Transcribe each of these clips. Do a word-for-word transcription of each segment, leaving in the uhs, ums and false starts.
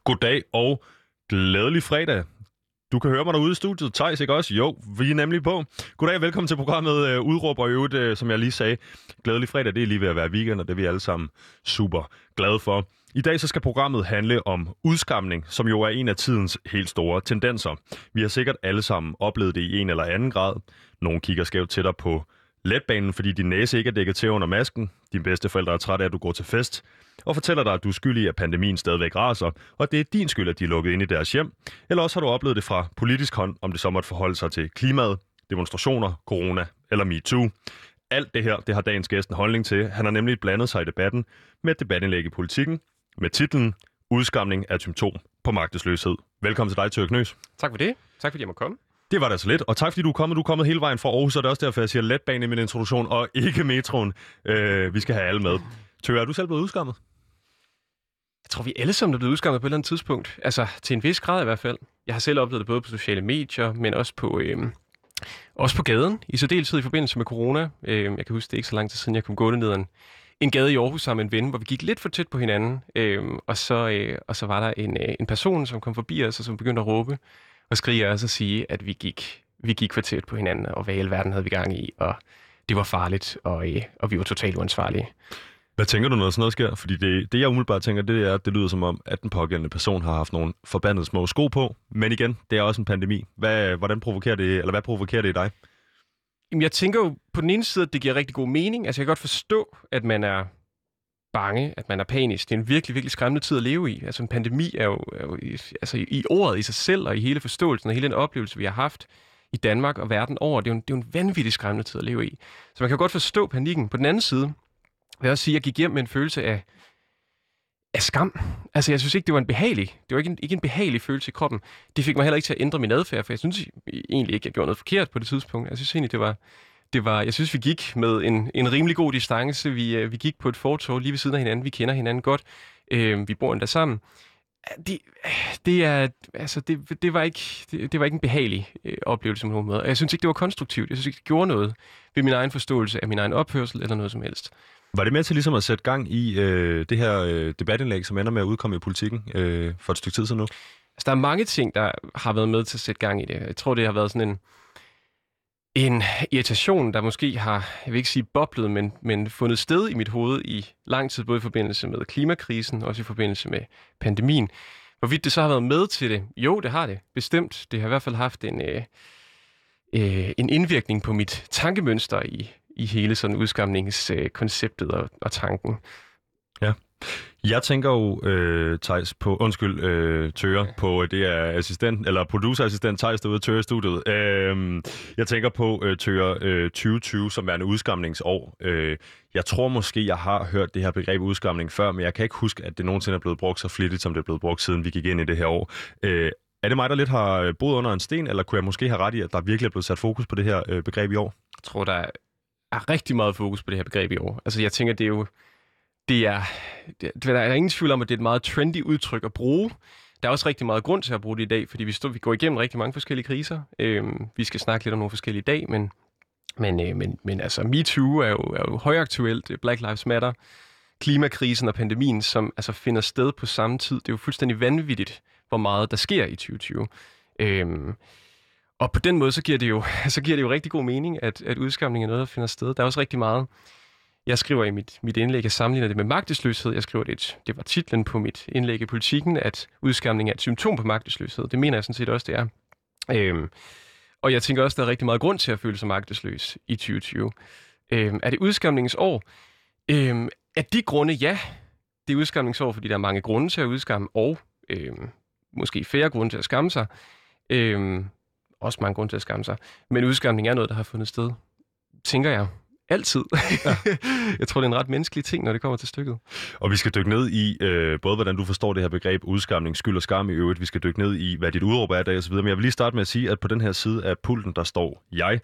Goddag og glædelig fredag. Du kan høre mig derude i studiet. Theis, ikke også? Jo, vi er nemlig på. Goddag og velkommen til programmet uh, Udråb og øvrigt, uh, som jeg lige sagde. Glædelig fredag, det er lige ved at være weekend, og det er vi alle sammen super glade for. I dag så skal programmet handle om udskamning, som jo er en af tidens helt store tendenser. Vi har sikkert alle sammen oplevet det i en eller anden grad. Nogle kigger skævt til dig på letbanen, fordi din næse ikke er dækket til under masken. Dine bedsteforældre er trætte af, at du går til fest. Og fortæller dig, at du er skyldig i, at pandemien stadigvæk raser, og det er din skyld, at de er lukket ind i deres hjem. Eller også har du oplevet det fra politisk hånd, om det så måtte forholde sig til klimaet, demonstrationer, corona eller MeToo. Alt det her, det har dagens gæst en holdning til. Han har nemlig blandet sig i debatten med et debatindlæg i Politikken med titlen Udskamning er et symptom på magtesløshed. Velkommen til dig, Tøger Knøs. Tak for det. Tak fordi jeg må komme. Det var da så lidt, og tak fordi du er kommet. Du er kommet hele vejen fra Aarhus, og det er også derfor, jeg siger letbane i min introduktion, og ikke metroen. Øh, vi skal have alle med. Tøger, er du selv blevet udskammet? Jeg tror, vi alle sammen er blevet udskammet på et eller andet tidspunkt. Altså, til en vis grad i hvert fald. Jeg har selv oplevet det både på sociale medier, men også på, øh, også på gaden. I særdeleshed i forbindelse med corona. Øh, jeg kan huske, det er ikke så lang tid siden, jeg kom gående ned en, en gade i Aarhus sammen med en ven, hvor vi gik lidt for tæt på hinanden. Øh, og, så, øh, og så var der en, øh, en person, som kom forbi os, og som begyndte at råbe og skrige os og sige, at vi gik, vi gik for tæt på hinanden, og hvad i alverden havde vi gang i, og det var farligt, og, øh, og vi var totalt uansvarlige. Hvad tænker du, når sådan noget sker? Fordi det, det jeg umiddelbart tænker, det er, at det lyder som om, at den pågældende person har haft nogle forbandede små sko på. Men igen, det er også en pandemi. Hvad, hvordan provokerer det, eller hvad provokerer det i dig? Jamen, jeg tænker jo på den ene side, at det giver rigtig god mening. Altså, jeg kan godt forstå, at man er bange, at man er panisk. Det er en virkelig, virkelig skræmmende tid at leve i. Altså, en pandemi er jo, er jo i, altså, i ordet i sig selv, og i hele forståelsen, og hele den oplevelse, vi har haft i Danmark og verden over. Det er jo en, det er jo en vanvittig skræmmende tid at leve i. Så man kan godt forstå panikken. På den anden side vil jeg også sige, at jeg gik hjem med en følelse af, af skam. Altså, jeg synes ikke, det var en behagelig. Det var ikke en, ikke en behagelig følelse i kroppen. Det fik mig heller ikke til at ændre min adfærd, for jeg synes egentlig ikke, jeg gjorde noget forkert på det tidspunkt. Jeg synes egentlig, det var... Det var, jeg synes, vi gik med en, en rimelig god distance. Vi, vi gik på et fortov lige ved siden af hinanden. Vi kender hinanden godt. Øh, vi bor endda sammen. Det, det, er, altså, det, det, var ikke, det, det var ikke en behagelig øh, oplevelse på nogen måde. Og jeg synes ikke, det var konstruktivt. Jeg synes ikke, det gjorde noget ved min egen forståelse af min egen opførsel eller noget som helst. Var det med til ligesom at sætte gang i øh, det her øh, debatindlæg, som ender med at udkomme i Politikken øh, for et stykke tid siden nu? Altså, der er mange ting, der har været med til at sætte gang i det. Jeg tror, det har været sådan en En irritation, der måske har, jeg vil ikke sige boblet, men, men fundet sted i mit hoved i lang tid, både i forbindelse med klimakrisen, også i forbindelse med pandemien. Hvorvidt det så har været med til det? Jo, det har det. Bestemt. Det har i hvert fald haft en, øh, øh, en indvirkning på mit tankemønster i, i hele sådan udskamningskonceptet og, og tanken. Ja. Jeg tænker jo, øh, Theis, på, undskyld, øh, Tøger, på, det er assistent, eller producerassistent Theis derude i Tøger-studiet. Øh, jeg tænker på øh, Tøger øh, tyve tyve som værende udskamningsår. Øh, jeg tror måske, jeg har hørt det her begreb udskamning før, men jeg kan ikke huske, at det nogensinde er blevet brugt så flittigt, som det er blevet brugt, siden vi gik ind i det her år. Øh, er det mig, der lidt har boet under en sten, eller kunne jeg måske have ret i, at der virkelig er blevet sat fokus på det her øh, begreb i år? Jeg tror, der er rigtig meget fokus på det her begreb i år. Altså, jeg tænker, det er jo Det er, det, der er ingen tvivl om, at det er et meget trendy udtryk at bruge. Der er også rigtig meget grund til at bruge det i dag, fordi vi, stod, vi går igennem rigtig mange forskellige kriser. Øhm, vi skal snakke lidt om nogle forskellige i dag, men, men, øh, men, men altså MeToo er jo, er jo højaktuelt. Black Lives Matter, klimakrisen og pandemien, som altså finder sted på samme tid. Det er jo fuldstændig vanvittigt, hvor meget der sker i tyve tyve. Øhm, og på den måde, så giver det jo, så giver det jo rigtig god mening, at, at udskamning er noget, der finder sted. Der er også rigtig meget. Jeg skriver i mit, mit indlæg, jeg sammenligner det med magtesløshed. Jeg skriver det, det var titlen på mit indlæg i Politikken, at udskamning er et symptom på magtesløshed. Det mener jeg sådan set også, det er. Øhm, og jeg tænker også, der er rigtig meget grund til at føle sig magtesløs i tyve tyve. Øhm, er det udskamningens år? Øhm, af de grunde, ja. Det er udskamningens år, fordi der er mange grunde til at udskamme, og øhm, måske færre grunde til at skamme sig. Øhm, også mange grunde til at skamme sig. Men udskamning er noget, der har fundet sted, tænker jeg. Altid. Ja. Jeg tror, det er en ret menneskelig ting, når det kommer til stykket. Og vi skal dykke ned i, øh, både hvordan du forstår det her begreb, udskamning, skyld og skam i øvrigt. Vi skal dykke ned i, hvad dit udråb er i dag og så videre. Men jeg vil lige starte med at sige, at på den her side af pulten, der står jeg.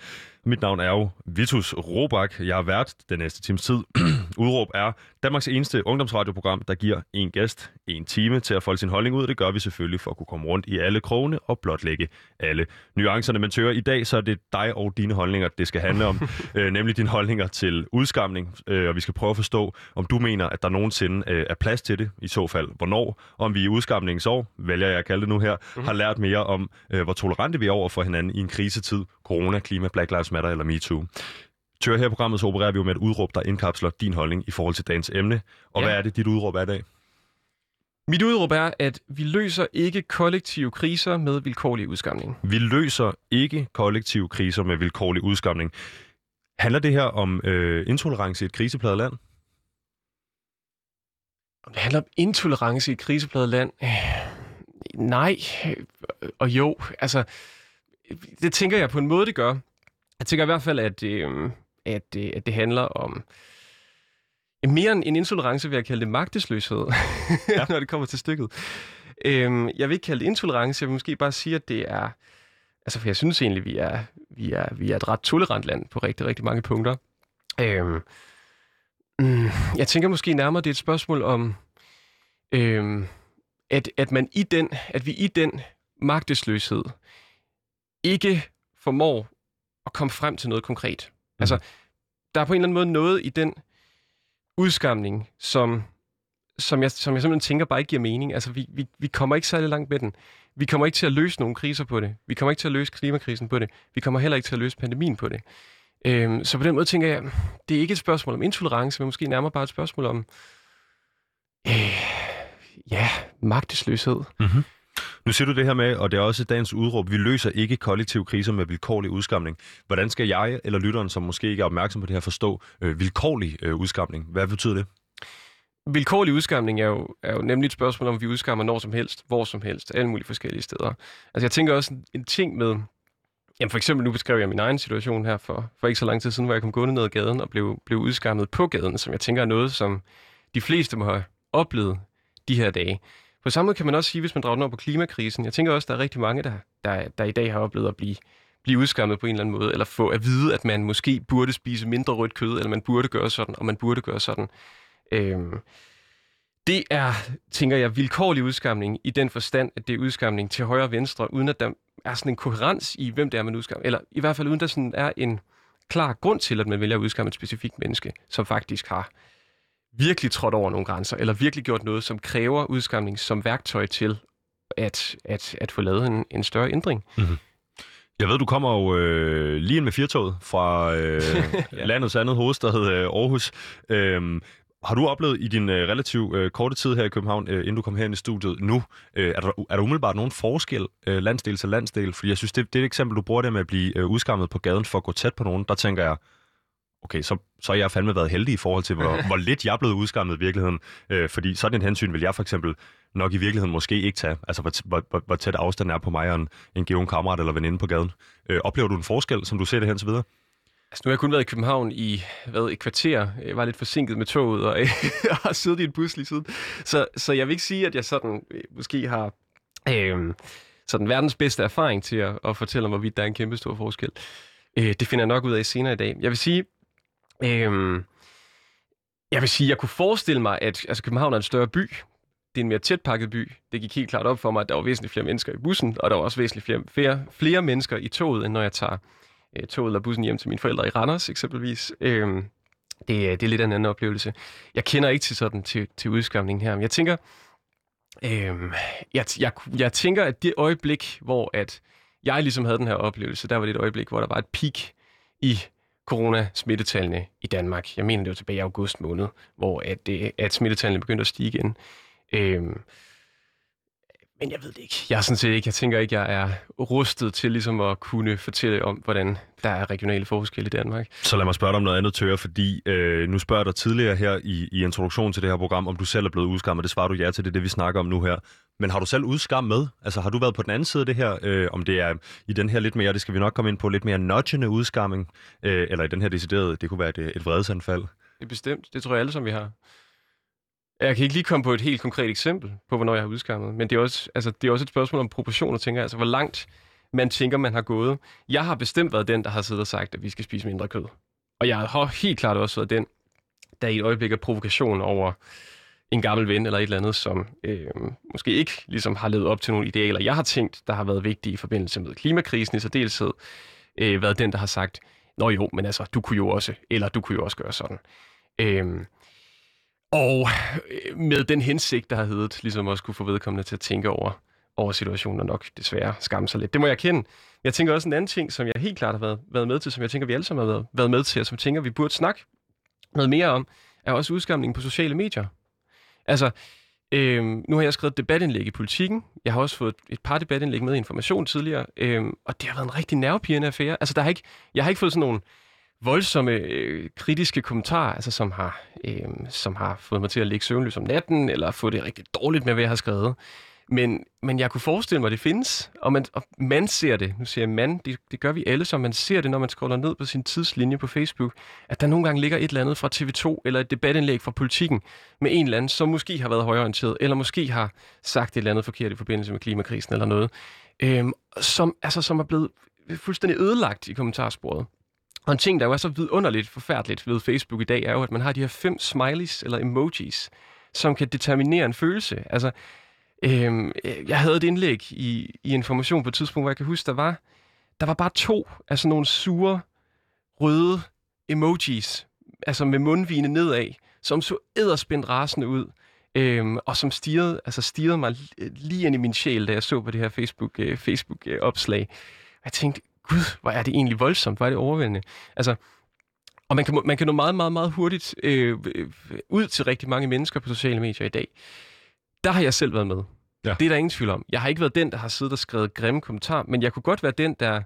Mit navn er jo Vitus Robak. Jeg har været den næste times tid. Udråb er Danmarks eneste ungdomsradioprogram, der giver en gæst en time til at folde sin holdning ud. Det gør vi selvfølgelig for at kunne komme rundt i alle krogene og blotlægge alle nuancerne. Men Tøger, i dag så er det dig og dine holdninger, det skal handle om. øh, nemlig dine holdninger til udskamning. Øh, og vi skal prøve at forstå, om du mener, at der nogensinde øh, er plads til det. I så fald, hvornår. Om vi i udskamningens år, vælger jeg at kalde det nu her, mm-hmm. har lært mere om, øh, hvor tolerante vi er over for hinanden i en krisetid. Corona, klima, Black Lives Matter eller MeToo. Tør, her i programmet så opererer vi jo med et udråb, der indkapsler din holdning i forhold til dagens emne. Og ja. Hvad er det, dit udråb er i dag? Mit udråb er, at vi løser ikke kollektive kriser med vilkårlig udskamning. Vi løser ikke kollektive kriser med vilkårlig udskamning. Handler det her om øh, intolerance i et krisepladet land? Om det handler om intolerance i et krisepladet land? Øh, nej. Og jo, altså... Det tænker jeg på en måde, det gør. Jeg tænker i hvert fald, at, øh, at, øh, at det handler om mere end en intolerance, vil jeg kalde det magtesløshed, ja. Når det kommer til stykket. Øh, jeg vil ikke kalde det intolerance, jeg vil måske bare sige, at det er... Altså, for jeg synes egentlig, vi er, vi er, vi er et ret tolerant land på rigtig, rigtig mange punkter. Øh, mm, jeg tænker måske nærmere, det er et spørgsmål om, øh, at, at, man i den, at vi i den magtesløshed ikke formår at komme frem til noget konkret. Mm. Altså, der er på en eller anden måde noget i den udskamning, som, som, jeg, som jeg simpelthen tænker bare ikke giver mening. Altså, vi, vi, vi kommer ikke særlig langt med den. Vi kommer ikke til at løse nogen kriser på det. Vi kommer ikke til at løse klimakrisen på det. Vi kommer heller ikke til at løse pandemien på det. Øhm, så på den måde tænker jeg, det er ikke et spørgsmål om intolerance, men måske nærmere bare et spørgsmål om øh, ja, magtesløshed. Mm-hmm. Nu siger du det her med, og det er også dagens udråb, vi løser ikke kollektive kriser med vilkårlig udskamning. Hvordan skal jeg eller lytteren, som måske ikke er opmærksom på det her, forstå øh, vilkårlig øh, udskamning? Hvad betyder det? Vilkårlig udskamning er jo, er jo nemlig et spørgsmål om, vi udskammer når som helst, hvor som helst, alle mulige forskellige steder. Altså jeg tænker også en, en ting med, jamen for eksempel nu beskrev jeg min egen situation her for, for ikke så lang tid siden, hvor jeg kom gående ned ad gaden og blev, blev udskammet på gaden, som jeg tænker er noget, som de fleste må have oplevet de her dage. På samme måde kan man også sige, hvis man drager den over på klimakrisen. Jeg tænker også, der er rigtig mange, der, der, der i dag har oplevet at blive, blive udskammet på en eller anden måde, eller få at vide, at man måske burde spise mindre rødt kød, eller man burde gøre sådan, og man burde gøre sådan. Øhm, det er, tænker jeg, vilkårlig udskamning i den forstand, at det er udskamning til højre og venstre, uden at der er sådan en koherens i, hvem det er, man udskammer. Eller i hvert fald uden der sådan er en klar grund til, at man vælger at udskamme et specifikt menneske, som faktisk har virkelig trådt over nogle grænser, eller virkelig gjort noget, som kræver udskamning som værktøj til at, at, at få lavet en, en større ændring. Mm-hmm. Jeg ved, du kommer jo øh, lige ind med firtoget fra øh, ja. landets andet hovedstad, øh, Aarhus. Øhm, har du oplevet i din øh, relativt øh, korte tid her i København, øh, inden du kom herind i studiet nu, øh, er, der, er der umiddelbart nogen forskel øh, landsdel til landsdel? Fordi jeg synes, det, det er et eksempel, du bruger det med at blive øh, udskammet på gaden for at gå tæt på nogen. Der tænker jeg, okay, så, så har jeg fandme været heldig i forhold til, hvor, hvor lidt jeg er blevet udskammet i virkeligheden. Øh, fordi sådan en hensyn vil jeg for eksempel nok i virkeligheden måske ikke tage. Altså, hvor, hvor, hvor tæt afstand er på mig og en, en given kammerat eller veninde på gaden. Øh, oplever du en forskel, som du ser det hen til videre? Altså, nu har jeg kun været i København i hvad, et kvarter. Jeg var lidt forsinket med toget, og jeg har siddet i en bus lige siden. Så, så jeg vil ikke sige, at jeg sådan måske har øh, sådan verdens bedste erfaring til at, at fortælle om, hvorvidt der er en kæmpe stor forskel. Øh, det finder jeg nok ud af senere i dag. Jeg vil sige, Øhm, jeg vil sige, jeg kunne forestille mig, at altså, København er en større by. Det er en mere tætpakket by. Det gik helt klart op for mig, at der var væsentligt flere mennesker i bussen, og der var også væsentligt flere, flere, flere mennesker i toget, end når jeg tager øh, toget eller bussen hjem til mine forældre i Randers eksempelvis. Øhm, det, det er lidt en anden oplevelse. Jeg kender ikke til sådan til, til udskamningen her, men jeg tænker, øhm, jeg, jeg, jeg tænker, at det øjeblik, hvor at jeg ligesom havde den her oplevelse, der var det et øjeblik, hvor der var et peak i corona-smittetallene i Danmark. Jeg mener, det var tilbage i august måned, hvor at, at smittetallene begyndte at stige igen. Øhm, men jeg ved det ikke. Jeg er sådan set ikke. Jeg tænker ikke, jeg er rustet til ligesom at kunne fortælle om, hvordan der er regionale forskelle i Danmark. Så lad mig spørge dig om noget andet, Tøger, fordi øh, nu spørger jeg dig tidligere her i, i introduktionen til det her program, om du selv er blevet udskammet. Det svarer du ja til, det er det, vi snakker om nu her. Men har du selv udskammet med? Altså har du været på den anden side af det her, øh, om det er i den her lidt mere, det skal vi nok komme ind på, lidt mere nudgende udskamming, øh, eller i den her deciderede, det kunne være et, et vredesanfald? Det er bestemt. Det tror jeg alle, som vi har. Jeg kan ikke lige komme på et helt konkret eksempel på, hvornår jeg har udskammet, men det er også, altså, det er også et spørgsmål om proportioner, tænker jeg. Altså, hvor langt, man tænker, man har gået. Jeg har bestemt været den, der har siddet og sagt, at vi skal spise mindre kød. Og jeg har helt klart også været den, der i et øjeblik af provokation over en gammel ven eller et eller andet, som øh, måske ikke ligesom har levet op til nogle idealer, jeg har tænkt, der har været vigtige i forbindelse med klimakrisen i særdeleshed, øh, været den, der har sagt, nå jo, men altså, du kunne jo også, eller du kunne jo også gøre sådan. Øh, og med den hensigt, der har heddet, ligesom også kunne få vedkommende til at tænke over, over situationen, og nok desværre skamme sig lidt. Det må jeg kende. Jeg tænker også en anden ting, som jeg helt klart har været, været med til, som jeg tænker, vi alle sammen har været, været med til, og som jeg tænker, vi burde snakke noget mere om, er også udskamningen på sociale medier. Altså, øhm, nu har jeg skrevet et debatindlæg i Politikken. Jeg har også fået et par debatindlæg med Information tidligere, øhm, og det har været en rigtig nervepirrende affære. Altså, der har ikke, jeg har ikke fået sådan nogle voldsomme øh, kritiske kommentarer, altså, som, har, øh, som har fået mig til at ligge søvnløs om natten, eller fået det rigtig dårligt med, hvad jeg har skrevet. Men, men jeg kunne forestille mig, at det findes, og man, og man ser det. Nu siger jeg man, det, det gør vi alle, så man ser det, når man scroller ned på sin tidslinje på Facebook, at der nogle gange ligger et eller andet fra T V to, eller et debatindlæg fra Politikken, med en eller anden, som måske har været højreorienteret, eller måske har sagt et eller andet forkert i forbindelse med klimakrisen eller noget, øhm, som, altså, som er blevet fuldstændig ødelagt i kommentarsporet. Og en ting, der jo er så vidunderligt forfærdeligt ved Facebook i dag, er jo, at man har de her fem smileys, eller emojis, som kan determinere en følelse. Altså, Øhm, jeg havde et indlæg i, i Information på et tidspunkt, hvor jeg kan huske, der var, der var bare to af sådan nogle sure, røde emojis, altså med mundvigene nedad, som så edderspændt rasende ud, øhm, og som stirrede, altså stirrede mig lige ind i min sjæl, da jeg så på det her Facebook, øh, Facebook-opslag. Jeg tænkte, gud, hvor er det egentlig voldsomt, hvor er det overvældende. Altså, og man kan, man kan nå meget, meget, meget hurtigt øh, ud til rigtig mange mennesker på sociale medier i dag. Der har jeg selv været med. Ja. Det er der ingen tvivl om. Jeg har ikke været den, der har siddet og skrevet grimme kommentarer, men jeg kunne godt være den, der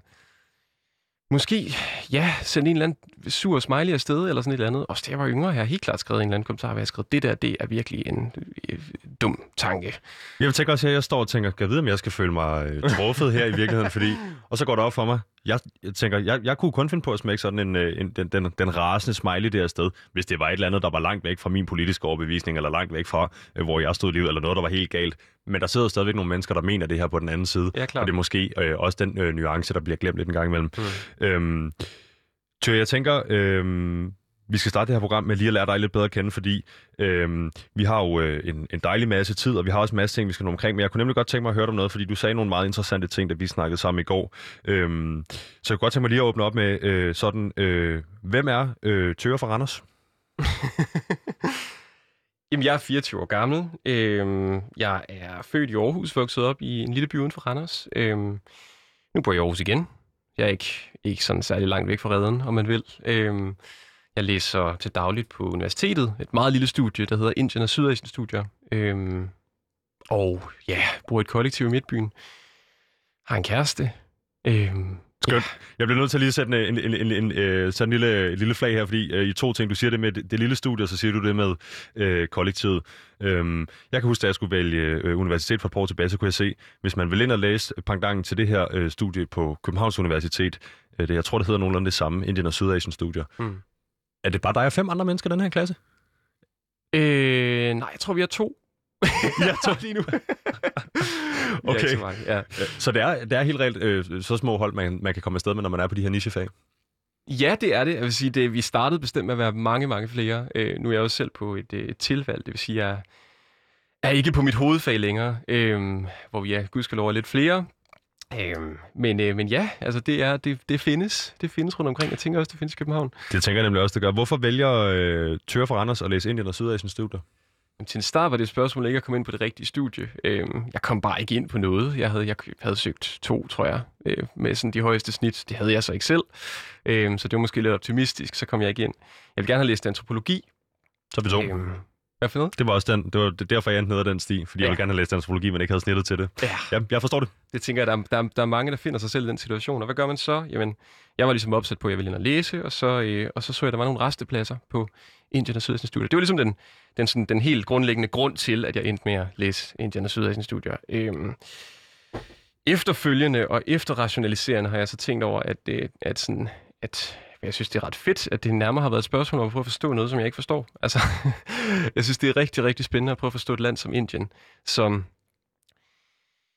måske, ja, sendte en eller anden sur smiley afsted, eller sådan et eller andet. Også da jeg var yngre, jeg har helt klart skrevet en eller anden kommentar, hvor jeg har skrevet, det der, det er virkelig en øh, dum tanke. Jeg tænker også, at jeg står og tænker, kan jeg vide, om jeg skal føle mig øh, truffet her i virkeligheden, fordi, og så går det op for mig. Jeg, jeg tænker, jeg, jeg kunne kun finde på at smække sådan en, en, den, den, den rasende smiley der afsted, hvis det var et eller andet, der var langt væk fra min politiske overbevisning, eller langt væk fra, øh, hvor jeg stod i livet, eller noget, der var helt galt. Men der sidder stadigvæk nogle mennesker, der mener det her på den anden side. Ja, og det er måske øh, også den øh, nuance, der bliver glemt lidt en gang imellem. Mm. Øhm, så jeg tænker, øh, vi skal starte det her program med lige at lære dig lidt bedre at kende, fordi øh, vi har jo øh, en, en dejlig masse tid, og vi har også en masse ting, vi skal nå omkring. Men jeg kunne nemlig godt tænke mig at høre dig om noget, fordi du sagde nogle meget interessante ting, da vi snakkede sammen i går. Øh, så jeg kunne godt tænke mig lige at åbne op med øh, sådan, øh, hvem er øh, Thøger fra Randers? Jamen, jeg er fireogtyve år gammel. Øhm, jeg er født i Aarhus, vokset op i en lille by uden for Randers. Øhm, nu bor jeg i Aarhus igen. Jeg er ikke, ikke sådan særlig langt væk fra Reden, om man vil. Øhm, jeg læser til dagligt på universitetet. Et meget lille studie, der hedder Indien og Sydasien Studier. Øhm, og ja, bor i et kollektiv i Midtbyen. Har en kæreste. Øhm, Skønt. Jeg bliver nødt til at lige sætte en, en, en, en, en, sådan en lille, lille flag her, fordi uh, i to ting. Du siger det med det, det lille studie, og så siger du det med uh, kollektivet. Um, jeg kan huske, da jeg skulle vælge uh, universitet for et par år tilbage, så kunne jeg se, hvis man vil ind og læse pendant til det her uh, studie på Københavns Universitet, uh, det, jeg tror, det hedder nogenlunde det samme, Indien og Sydasien Studier. Mm. Er det bare dig og fem andre mennesker i den her klasse? Øh, nej, jeg tror, vi er to. Jeg tror lige nu. Okay. Så, mange, ja. Så det er, det er helt reelt øh, så små hold, man, man kan komme afsted med, når man er på de her nichefag? Ja, det er det. Jeg vil sige, det, vi startede bestemt med at være mange, mange flere. Øh, nu er jeg også selv på et, et tilvalg, det vil sige, jeg er ikke på mit hovedfag længere, øh, hvor vi er, gudskelov, er lidt flere. Øh, men, øh, men ja, altså det, er, det, det findes. Det findes rundt omkring. Jeg tænker også, det findes i København. Det tænker jeg nemlig også, det gør. Hvorfor vælger øh, Thøger fra Randers at læse Indien og Sydasien Studier? Til en start var det et spørgsmål ikke at komme ind på det rigtige studie. Jeg kom bare ikke ind på noget. Jeg havde, jeg havde søgt to, tror jeg, med sådan de højeste snit. Det havde jeg så ikke selv. Så det var måske lidt optimistisk, så kom jeg ikke ind. Jeg ville gerne have læst antropologi. Så vi to. Øhm, hvad for noget? Det var også den, det var derfor, jeg endte ned ad den sti, fordi ja. Jeg ville gerne have læst antropologi, men ikke havde snittet til det. Ja, ja jeg forstår det. Det tænker jeg, der, der, der er mange, der finder sig selv i den situation. Og hvad gør man så? Jamen, jeg var ligesom opsat på, at jeg ville ind og læse, og så, øh, og så så jeg, at der var nogle restepladser på Indien og Sydasien Studier. Det var ligesom den, den, sådan, den helt grundlæggende grund til, at jeg endte med at læse Indien og Sydasien Studier. Øhm, efterfølgende og efterrationaliserende har jeg så tænkt over, at, øh, at, sådan, at jeg synes, det er ret fedt, at det nærmere har været et spørgsmål om at prøve at forstå noget, som jeg ikke forstår. Altså, jeg synes, det er rigtig, rigtig spændende at prøve at forstå et land som Indien, som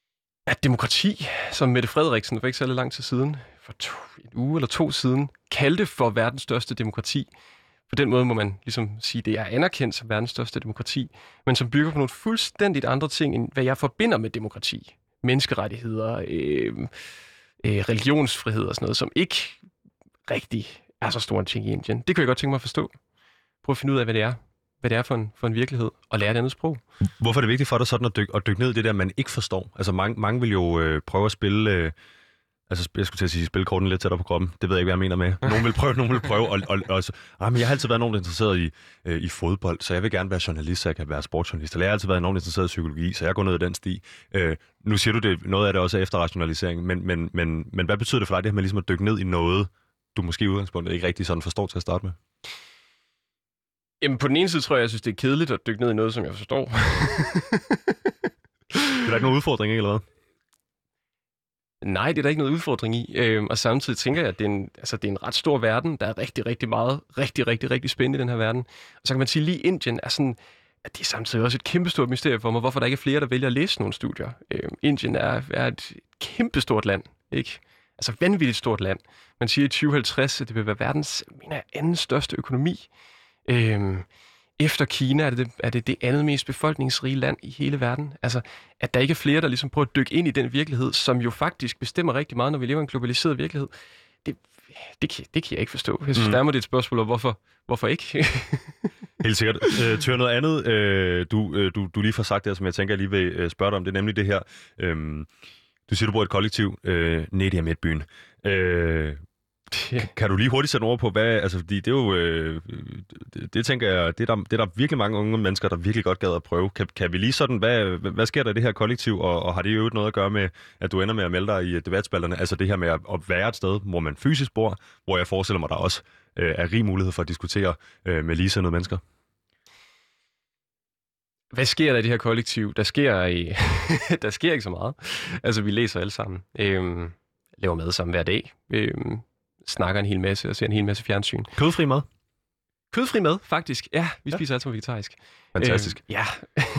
at demokrati, som Mette Frederiksen for ikke så lang tid siden, for to, en uge eller to siden, kaldte for verdens største demokrati. På den måde må man ligesom sige, at det er anerkendt som verdens største demokrati, men som bygger på nogle fuldstændigt andre ting, end hvad jeg forbinder med demokrati. Menneskerettigheder, øh, øh, religionsfrihed og sådan noget, som ikke rigtig er så stor en ting i Indien. Det kan jeg godt tænke mig at forstå. Prøv at finde ud af, hvad det er. Hvad det er for en, for en virkelighed, og lære et andet sprog. Hvorfor er det vigtigt for dig sådan at dykke, at dykke ned i det der, man ikke forstår? Altså mange, mange vil jo øh, prøve at spille... Øh, altså jeg skulle til at sige, spille korten lidt tættere på kroppen. Det ved jeg ikke, hvad jeg mener med. Nogen vil prøve, nogen vil prøve. Og, og, og, ah, men jeg har altid været nogen, der er interesseret i, øh, i fodbold, så jeg vil gerne være journalist, så jeg kan være sportsjournalist. Eller jeg har altid været nogen, der er interesseret i psykologi, så jeg går ned i den sti. Øh, nu siger du det, noget af det også er efterrationalisering, men, men, men, men hvad betyder det for dig, det her med ligesom at dykke ned i noget, du måske i udgangspunktet ikke rigtig sådan forstår til at starte med? Jamen, på den ene side tror jeg, jeg synes, det er kedeligt at dykke ned i noget, som jeg forstår. Det er der ikke nogen udfordring, ikke, eller hvad? Nej, det er der ikke noget udfordring i. Øhm, og samtidig tænker jeg, at det er, en, altså, det er en ret stor verden. Der er rigtig, rigtig meget, rigtig, rigtig, rigtig spændende i den her verden. Og så kan man sige, at lige Indien er sådan, at det er samtidig også et kæmpestort mysterie for mig, hvorfor der ikke er flere, der vælger at læse nogle studier. Øhm, Indien er, er et kæmpestort land, ikke? Altså vanvittigt stort land. Man siger i tyve halvtreds, at det vil være verdens, mener jeg, anden største økonomi. Øhm, efter Kina er det, er det det andet mest befolkningsrige land i hele verden. Altså, at der ikke er flere, der ligesom prøver at dykke ind i den virkelighed, som jo faktisk bestemmer rigtig meget, når vi lever i en globaliseret virkelighed. Det, det, kan, det kan jeg ikke forstå. Jeg synes mm. nærmere, det er et spørgsmål om, hvorfor, hvorfor ikke? Helt sikkert. Øh, Tør, noget andet, øh, du, øh, du, du lige får sagt der, som jeg tænker, jeg lige vil øh, spørge dig om, det er nemlig det her. Øh, du siger, du bor i et kollektiv øh, nede i midtbyen. Øh, Kan, kan du lige hurtigt sætte ord på, hvad, altså, fordi det er jo, øh, det, det tænker jeg, det er, der, det er der virkelig mange unge mennesker, der virkelig godt gad at prøve. Kan, kan vi lige sådan, hvad, hvad sker der i det her kollektiv, og, og har det jo noget at gøre med, at du ender med at melde dig i debatspalterne? Altså det her med at, at være et sted, hvor man fysisk bor, hvor jeg forestiller mig, der også øh, er rig mulighed for at diskutere øh, med ligesindede mennesker. Hvad sker der i det her kollektiv? Der sker, i, der sker ikke så meget. Altså vi læser alle sammen, øhm, laver mad sammen hver dag, øhm, snakker en hel masse og ser en hel masse fjernsyn. Kødfri mad? Kødfri mad, faktisk. Ja, vi ja. spiser alt som vegetarisk. Fantastisk. Øhm, ja.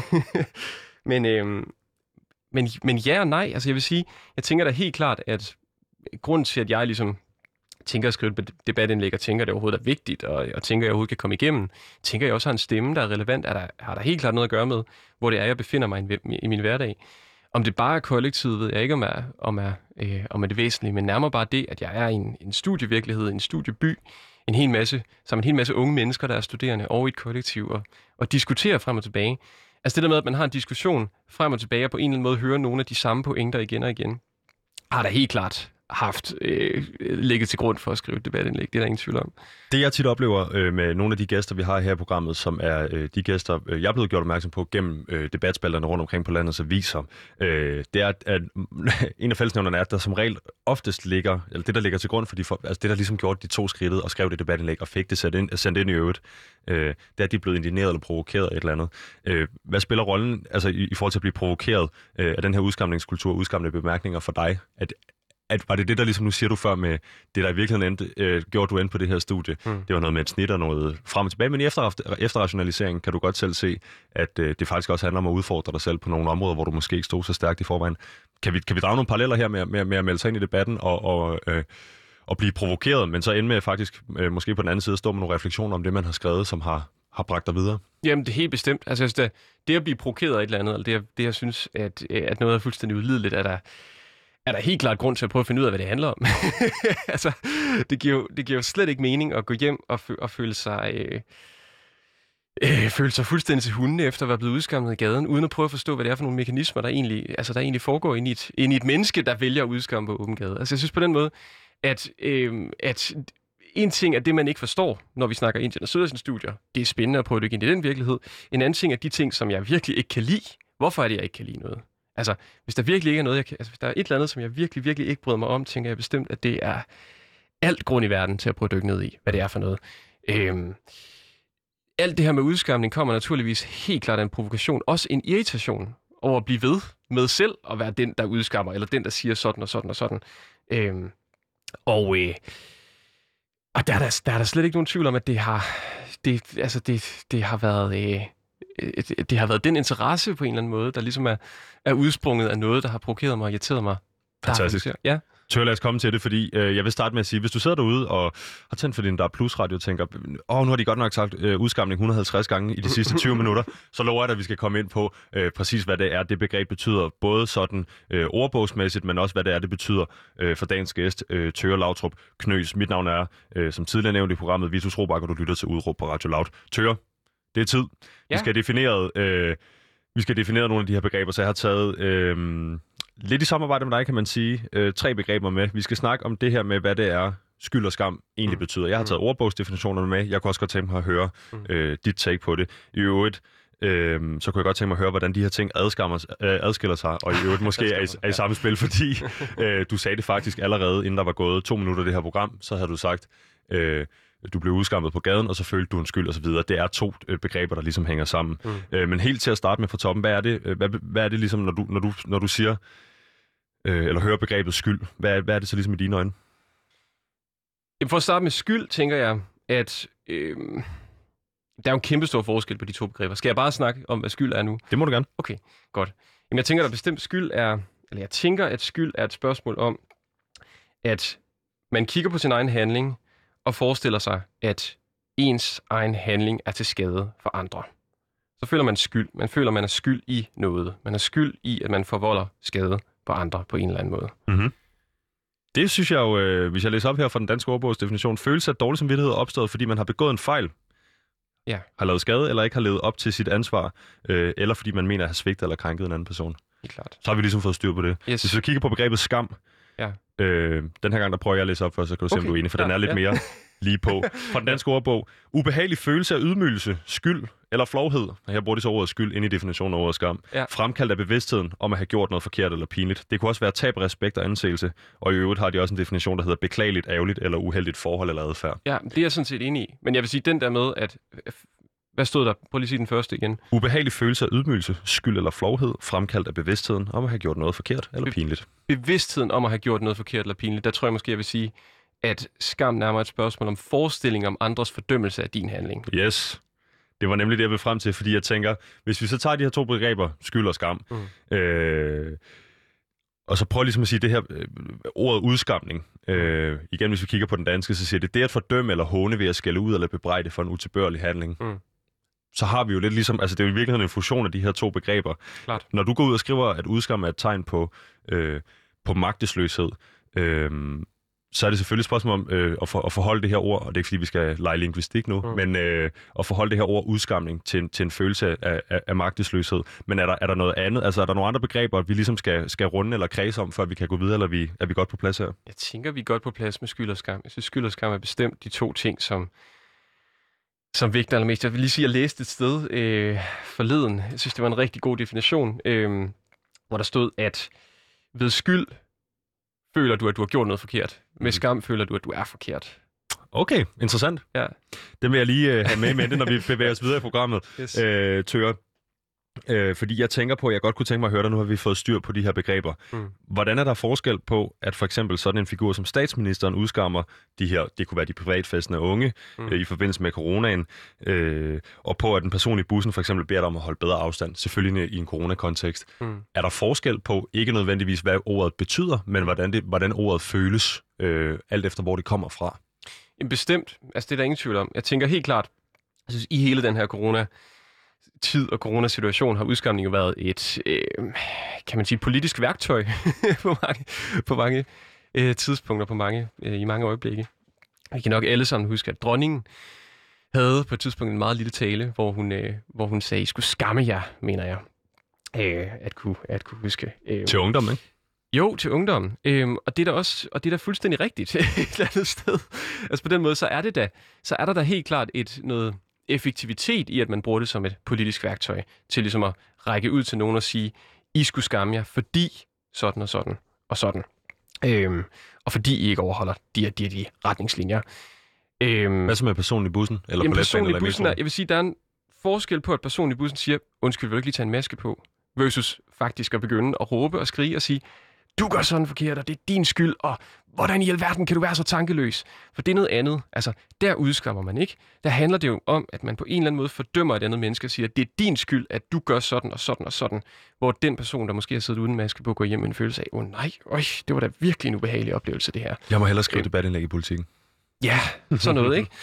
men, øhm, men, men ja og nej. Altså jeg vil sige, jeg tænker da helt klart, at grunden til, at jeg ligesom tænker at skrive et debatindlæg og tænker, at det overhovedet er vigtigt, og, og tænker, at jeg overhovedet kan komme igennem, tænker jeg også har en stemme, der er relevant, er der, har der helt klart noget at gøre med, hvor det er, jeg befinder mig i, i min hverdag. Om det bare er kollektivet, ved jeg ikke, om er, om er, øh, om er det væsentlige, men nærmere bare det, at jeg er i en, en studievirkelighed, en studieby, en hel masse, sammen en hel masse unge mennesker, der er studerende over i et kollektiv, og, og diskuterer frem og tilbage. Altså det der med, at man har en diskussion frem og tilbage, og på en eller anden måde hører nogle af de samme pointer igen og igen, har da helt klart haft øh, ligget til grund for at skrive et debatindlæg. Det er der ingen tvivl om. Det jeg tit oplever øh, med nogle af de gæster, vi har her i programmet, som er øh, de gæster, øh, jeg er blevet gjort opmærksom på gennem øh, debatspalterne rundt omkring på landets aviser, øh, det er, at, at en af fællesnævnerne er, at der som regel oftest ligger, eller det der ligger til grund for de, for, altså det der ligesom gjorde de to skridtet og skrev det debatindlæg og fik det sendt ind, sendt ind i øvrigt, øh, det er, at de er blevet indigneret eller provokeret af et eller andet. Øh, hvad spiller rollen altså i, i forhold til at blive provokeret øh, af den her udskamningskultur, udskammende bemærkninger for dig, at At var det det, der ligesom nu siger du før med det, der i virkeligheden endte, øh, gjorde du endte på det her studie? Mm. Det var noget med et snit og noget frem og tilbage, men i efter, efterrationalisering kan du godt selv se, at øh, det faktisk også handler om at udfordre dig selv på nogle områder, hvor du måske ikke stod så stærkt i forvejen. Kan vi, kan vi drage nogle paralleller her med, med, med at melde sig ind i debatten og, og, øh, og blive provokeret, men så ende med faktisk øh, måske på den anden side stå med nogle refleksioner om det, man har skrevet, som har, har bragt dig videre? Jamen, det er helt bestemt. Altså, det, det at blive provokeret af et eller andet, eller det, det jeg synes, at, at noget er fuldstændig udlideligt, er der er der helt klart grund til at prøve at finde ud af, hvad det handler om. altså, det giver, jo, det giver jo slet ikke mening at gå hjem og, fø- og føle sig øh, øh, føle sig fuldstændig til hunde efter at være blevet udskammet i gaden, uden at prøve at forstå, hvad det er for nogle mekanismer, der egentlig, altså, der egentlig foregår ind i, et, ind i et menneske, der vælger at udskamme på åben gade. Altså, jeg synes på den måde, at, øh, at en ting er det, man ikke forstår, når vi snakker Indien og Sydøsten-studier. Det er spændende at prøve at dykke ind i den virkelighed. En anden ting er de ting, som jeg virkelig ikke kan lide. Hvorfor er det, jeg ikke kan lide noget? Altså, hvis der virkelig ikke er noget, jeg kan, altså, hvis der er et eller andet, som jeg virkelig, virkelig ikke bryder mig om, tænker jeg bestemt, at det er alt grund i verden til at prøve at dykke ned i, hvad det er for noget. Øhm, alt det her med udskamning kommer naturligvis helt klart af en provokation, også en irritation over at blive ved med selv at være den, der udskammer, eller den, der siger sådan og sådan og sådan. Øhm, og øh, og der, er der, der er der slet ikke nogen tvivl om, at det har, det, altså det, det har været... Øh, et, det har været den interesse på en eller anden måde, der ligesom er, er udsprunget af noget, der har provokeret mig og irriteret mig. Fantastisk. Ja. Tør, lad os komme til det, fordi øh, jeg vil starte med at sige, hvis du sidder derude og har tændt for din der Plus Radio og tænker, åh, nu har de godt nok sagt øh, udskamning et hundrede og halvtreds gange i de sidste tyve minutter, så lover jeg dig, at vi skal komme ind på øh, præcis, hvad det er, det begreb betyder, både sådan øh, ordbogsmæssigt, men også, hvad det er, det betyder øh, for dagens gæst, øh, Tør Lautrup Knøs. Mit navn er, øh, som tidligere nævnt i programmet, Vitus Robak, og du lytter til Udråb på Radio Loud. Tør, det er tid. Ja. Vi skal definere... Øh, Vi skal definere nogle af de her begreber, så jeg har taget øh, lidt i samarbejde med dig, kan man sige, øh, tre begreber med. Vi skal snakke om det her med, hvad det er, skyld og skam egentlig mm. betyder. Jeg har taget ordbogsdefinitionerne med. Jeg kunne også godt tænke mig at høre øh, dit take på det. I øvrigt, øh, så kunne jeg godt tænke mig at høre, hvordan de her ting adskammer, øh, adskiller sig, og i øvrigt måske er i, er i samme spil, fordi øh, du sagde det faktisk allerede, inden der var gået to minutter af det her program, så havde du sagt... Øh, du blev udskammet på gaden, og så følte du en skyld og så videre. Det er to øh, begreber, der ligesom hænger sammen. Mm. Øh, men helt til at starte med fra toppen, hvad er det, hvad, hvad er det ligesom, når du, når du, når du siger, øh, eller hører begrebet skyld, hvad, hvad er det så ligesom i dine øjne? Jamen for at starte med skyld, tænker jeg, at øh, der er jo en kæmpe stor forskel på de to begreber. Skal jeg bare snakke om, hvad skyld er nu? Det må du gerne. Okay, godt. Jamen jeg tænker, at bestemt skyld er, eller jeg tænker, at skyld er et spørgsmål om, at man kigger på sin egen handling, og forestiller sig, at ens egen handling er til skade for andre. Så føler man skyld. Man føler, at man er skyld i noget. Man er skyld i, at man forvolder skade på andre på en eller anden måde. Mm-hmm. Det synes jeg jo, øh, hvis jeg læser op her fra den danske ordbogsdefinition, følelse af dårlig samvittighed er opstået, fordi man har begået en fejl, ja. har lavet skade, eller ikke har levet op til sit ansvar, øh, eller fordi man mener at have svigtet eller krænket en anden person. Helt klart. Så har vi ligesom fået styr på det. Yes. Hvis vi kigger på begrebet skam, ja. øh, den her gang, der prøver jeg at læse op for, så kan du se, okay. om du er enig, for ja, den er lidt ja. mere lige på. Fra den danske ordbog. Ubehagelig følelse af ydmygelse, skyld eller flovhed, og her bruger de så ordet skyld ind i definitionen af ordet skam, ja. fremkaldt af bevidstheden om at have gjort noget forkert eller pinligt. Det kunne også være tab, respekt og anseelse, og i øvrigt har de også en definition, der hedder beklageligt, ærgerligt eller uheldigt forhold eller adfærd. Ja, det er jeg sådan set enig i. Men jeg vil sige, den der med, at... Hvad stod der? Prøv lige at sige den første igen. Ubehagelig følelse af ydmygelse, skyld eller flovhed, fremkaldt af bevidstheden om at have gjort noget forkert eller Be- pinligt. Bevidstheden om at have gjort noget forkert eller pinligt, der tror jeg måske, jeg vil sige, at skam nærmere et spørgsmål om forestilling om andres fordømmelse af din handling. Yes. Det var nemlig det, jeg vil frem til, fordi jeg tænker, hvis vi så tager de her to begreber, skyld og skam, mm. øh, og så prøver ligesom at sige det her øh, ordet udskamning. Øh, igen, hvis vi kigger på den danske, så siger det, det at fordømme eller håne ved at skælde ud eller bebrejde for en utilbørlig handling. Mm. Så har vi jo lidt ligesom, altså det er jo i virkeligheden en fusion af de her to begreber. Klart. Når du går ud og skriver, at udskam er et tegn på, øh, på magtesløshed, øh, så er det selvfølgelig et spørgsmål om øh, at, for, at forholde det her ord, og det er ikke fordi, vi skal lege lingvistik nu, mm. men øh, at forholde det her ord udskamning til, til en følelse af, af, af magtesløshed. Men er der, er der noget andet, altså er der nogle andre begreber, vi ligesom skal, skal runde eller kredse om, før vi kan gå videre, eller er vi, er vi godt på plads her? Jeg tænker, vi er godt på plads med skyld og skam. Jeg synes, skyld og skam er bestemt de to ting, som som vægter allermest. Jeg vil lige sige, at jeg læste et sted øh, forleden. Jeg synes, det var en rigtig god definition, øh, hvor der stod, at ved skyld føler du, at du har gjort noget forkert. Med skam føler du, at du er forkert. Okay, interessant. Ja. Det vil jeg lige øh, have med i mente, når vi bevæger os videre i programmet. Yes. Øh, Tør, øh, fordi jeg tænker på, at jeg godt kunne tænke mig at høre dig, nu har vi fået styr på de her begreber. Mm. Hvordan er der forskel på, at for eksempel sådan en figur som statsministeren udskammer de her, det kunne være de privatfestende unge, mm. øh, i forbindelse med coronaen, øh, og på, at en person i bussen for eksempel beder dig om at holde bedre afstand, selvfølgelig i en coronakontekst. Mm. Er der forskel på, ikke nødvendigvis hvad ordet betyder, men hvordan, det, hvordan ordet føles, øh, alt efter hvor det kommer fra? En bestemt, altså det er der ingen tvivl om. Jeg tænker helt klart, jeg synes, i hele den her corona tid og coronasituation har udskamning jo været et, øh, kan man sige, politisk værktøj på mange, på mange øh, tidspunkter, på mange, øh, i mange øjeblikke. Vi kan nok alle sammen huske, at dronningen havde på et tidspunkt en meget lille tale, hvor hun, øh, hvor hun sagde, I skulle skamme jer, mener jeg, øh, at, kunne, at kunne huske. Øh, til ungdom, ikke? Jo, til ungdom. Øhm, og det er da også, og det er da fuldstændig rigtigt et eller andet sted. Altså på den måde, så er det da, så er der da helt klart et noget effektivitet i, at man bruger det som et politisk værktøj til ligesom at række ud til nogen og sige, I skulle skamme jer, fordi sådan og sådan og sådan. Øhm, og fordi I ikke overholder de her de, de retningslinjer. Øhm, Hvad så med personen i bussen? Eller jamen, på personen eller i bussen er, jeg vil sige, der er en forskel på, at personen i bussen siger, undskyld, vil du ikke lige tage en maske på? Versus faktisk at begynde at råbe og skrige og sige, du gør sådan forkert, og det er din skyld, og hvordan i alverden kan du være så tankeløs? For det er noget andet. Altså, der udskammer man ikke. Der handler det jo om, at man på en eller anden måde fordømmer et andet menneske og siger, at det er din skyld, at du gør sådan og sådan og sådan. Hvor den person, der måske har siddet uden maske på, går hjem med en følelse af, åh oh, nej, øj, det var da virkelig en ubehagelig oplevelse, det her. Jeg må hellere skrive debatindlæg i Politikken. Ja, sådan noget, ikke?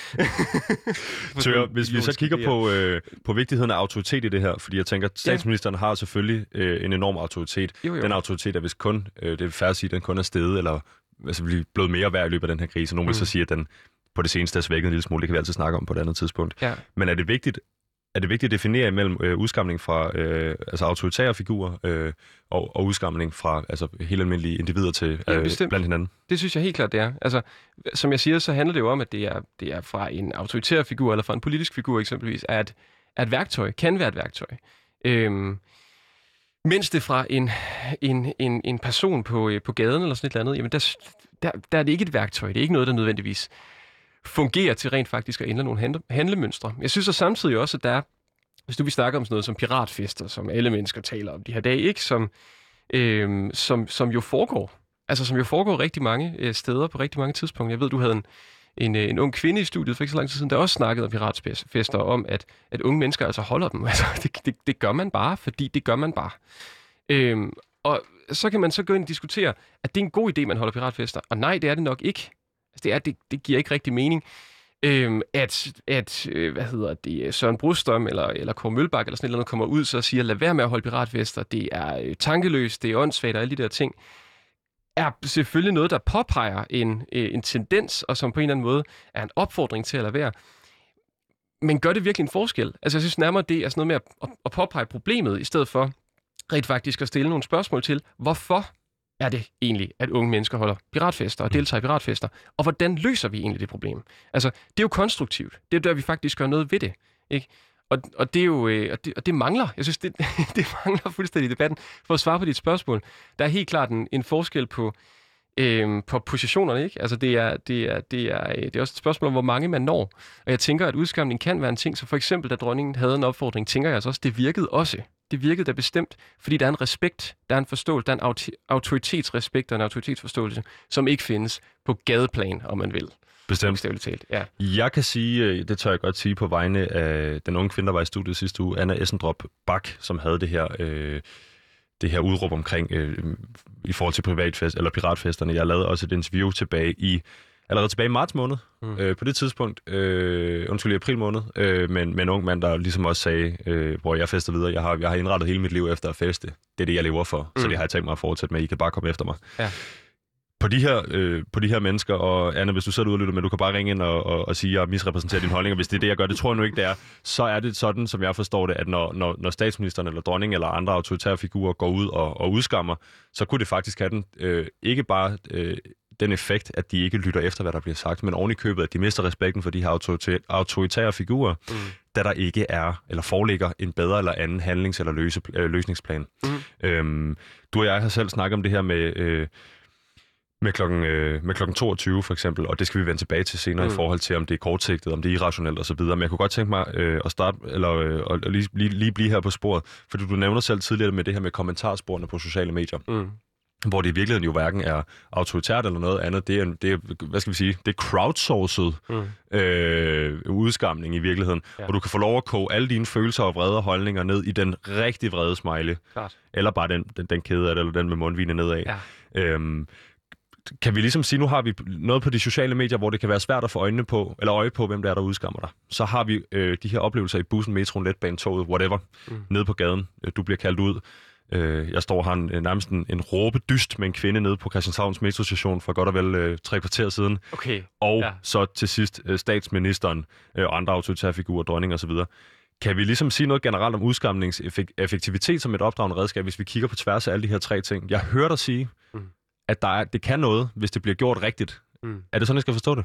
Så hvis vi så kigger på, øh, på vigtigheden af autoritet i det her, fordi jeg tænker, at statsministeren ja. har selvfølgelig øh, en enorm autoritet. Jo, jo. Den autoritet er vist kun, øh, det er færdigt at sige, at den kun er steget, eller altså, bliver blevet mere værd i løbet af den her krise. Nogle vil mm. så sige, at den på det seneste er svækket en lille smule. Det kan vi altid snakke om på et andet tidspunkt. Ja. Men er det vigtigt, er det vigtigt at definere imellem øh, udskamning fra øh, altså autoritære figurer øh, og, og udskamning fra altså, helt almindelige individer til øh, ja, blandt hinanden? Det synes jeg helt klart, det er. Altså, som jeg siger, så handler det jo om, at det er, det er fra en autoritær figur eller fra en politisk figur eksempelvis, er et, er et værktøj, kan være et værktøj. Øhm, mens det fra en, en, en, en person på, på gaden eller sådan et eller andet, jamen der, der, der er det ikke et værktøj. Det er ikke noget, der nødvendigvis fungerer til rent faktisk at ændre nogle handle, handlemønstre. Jeg synes så samtidig også, at der er, hvis du vil snakke om sådan noget som piratfester, som alle mennesker taler om de her dage, ikke? Som, øh, som, som jo foregår. Altså som jo foregår rigtig mange øh, steder på rigtig mange tidspunkter. Jeg ved, du havde en, en, en ung kvinde i studiet for ikke så lang tid siden, der også snakkede om piratfester, om at, at unge mennesker altså holder dem. Altså, det, det, det gør man bare, fordi det gør man bare. Øh, og så kan man så gå ind og diskutere, at det er en god idé, man holder piratfester. Og nej, det er det nok ikke. Det, er, det, det giver ikke rigtig mening, øhm, at, at øh, hvad hedder det, Søren Brostrøm eller, eller Kåre Mølbak eller sådan et eller andet kommer ud så og siger, lad være med at holde piratfester, det er øh, tankeløst, det er åndssvagt og alle de der ting, er selvfølgelig noget, der påpeger en, øh, en tendens, og som på en eller anden måde er en opfordring til at lade være. Men gør det virkelig en forskel? Altså jeg synes nærmere, det er sådan noget med at, at, at påpege problemet, i stedet for rent faktisk at stille nogle spørgsmål til, hvorfor er det egentlig, at unge mennesker holder piratfester og deltager i piratfester? Og hvordan løser vi egentlig det problem? Altså, det er jo konstruktivt. Det er der, vi faktisk gør noget ved det. Ikke? Og, og, det er jo, øh, og, det, og det mangler. Jeg synes, det, det mangler fuldstændig i debatten. For at svare på dit spørgsmål, der er helt klart en, en forskel på, øh, på positionerne. Ikke? Altså, det er, det, er, det, er, det er også et spørgsmål om, hvor mange man når. Og jeg tænker, at udskamning kan være en ting. Så for eksempel, da dronningen havde en opfordring, tænker jeg altså også, det virkede også. Det virkede da bestemt, fordi der er en respekt, der er en forståelse, der er en autoritetsrespekt og en autoritetsforståelse, som ikke findes på gadeplan, om man vil. Bestemt. Ja. Jeg kan sige, det tør jeg godt sige på vegne af den unge kvinde, der var i studiet sidste uge, Anna Essendrop Bak, som havde det her, øh, det her udråb omkring øh, i forhold til privatfest eller piratfesterne. Jeg lavede også et interview tilbage i Allerede tilbage i marts måned, mm. øh, på det tidspunkt, øh, undskyld, i april måned, øh, men med en ung mand, der ligesom også sagde, øh, hvor jeg fester videre, jeg har, jeg har indrettet hele mit liv efter at feste. Det er det, jeg lever for, mm. så det har jeg tænkt mig at fortsætte med. I kan bare komme efter mig. Ja. På de her, øh, på de her mennesker, og Anna, hvis du sidder ude og lytter med, du kan bare ringe ind og, og, og sige, at jeg misrepræsenterer din holdning, og hvis det er det, jeg gør, det tror jeg nu ikke, det er, så er det sådan, som jeg forstår det, at når, når, når statsministeren eller dronning eller andre autoritære figurer går ud og, og udskammer, så kunne det faktisk have den, øh, ikke bare øh, den effekt, at de ikke lytter efter, hvad der bliver sagt, men oven i købet, at de mister respekten for de her autoritære, autoritære figurer, mm. da der ikke er, eller foreligger en bedre eller anden handlings- eller løse, øh, løsningsplan. Mm. Øhm, du og jeg har selv snakket om det her med... Øh, Med klokken, øh, med klokken toogtyve for eksempel, og det skal vi vende tilbage til senere mm. i forhold til, om det er kortsigtet, om det er irrationelt osv. Men jeg kunne godt tænke mig øh, at starte, eller øh, og lige, lige, lige blive her på sporet, fordi du nævner selv tidligere med det her med kommentarsporene på sociale medier, mm. hvor det i virkeligheden jo hverken er autoritært eller noget andet. Det er, det er hvad skal vi sige, det er crowdsourcet mm. øh, udskamning i virkeligheden, ja. Hvor du kan få lov at koge alle dine følelser og vrede holdninger ned i den rigtig vrede smiley. Klart. Eller bare den, den, den kede af det, eller den med mundvine nedad. Ja. Øhm, Kan vi ligesom sige, nu har vi noget på de sociale medier, hvor det kan være svært at få øjnene på, eller øje på, hvem det er, der udskammer dig. Så har vi øh, de her oplevelser i bussen, metroen, letbanen, toget, whatever, mm. nede på gaden. Du bliver kaldt ud. Øh, jeg står og har en, nærmest en, en råbedyst med en kvinde nede på Christianshavns metrostation for godt og vel øh, tre kvarter siden. Okay. Og ja. så til sidst øh, statsministeren øh, og andre autoritære figurer, dronning osv. Kan vi ligesom sige noget generelt om udskamningseffektivitet som et opdragende redskab, hvis vi kigger på tværs af alle de her tre ting? Jeg hører dig sige, mm. at der er, det kan noget, hvis det bliver gjort rigtigt. Mm. Er det sådan, jeg skal forstå det?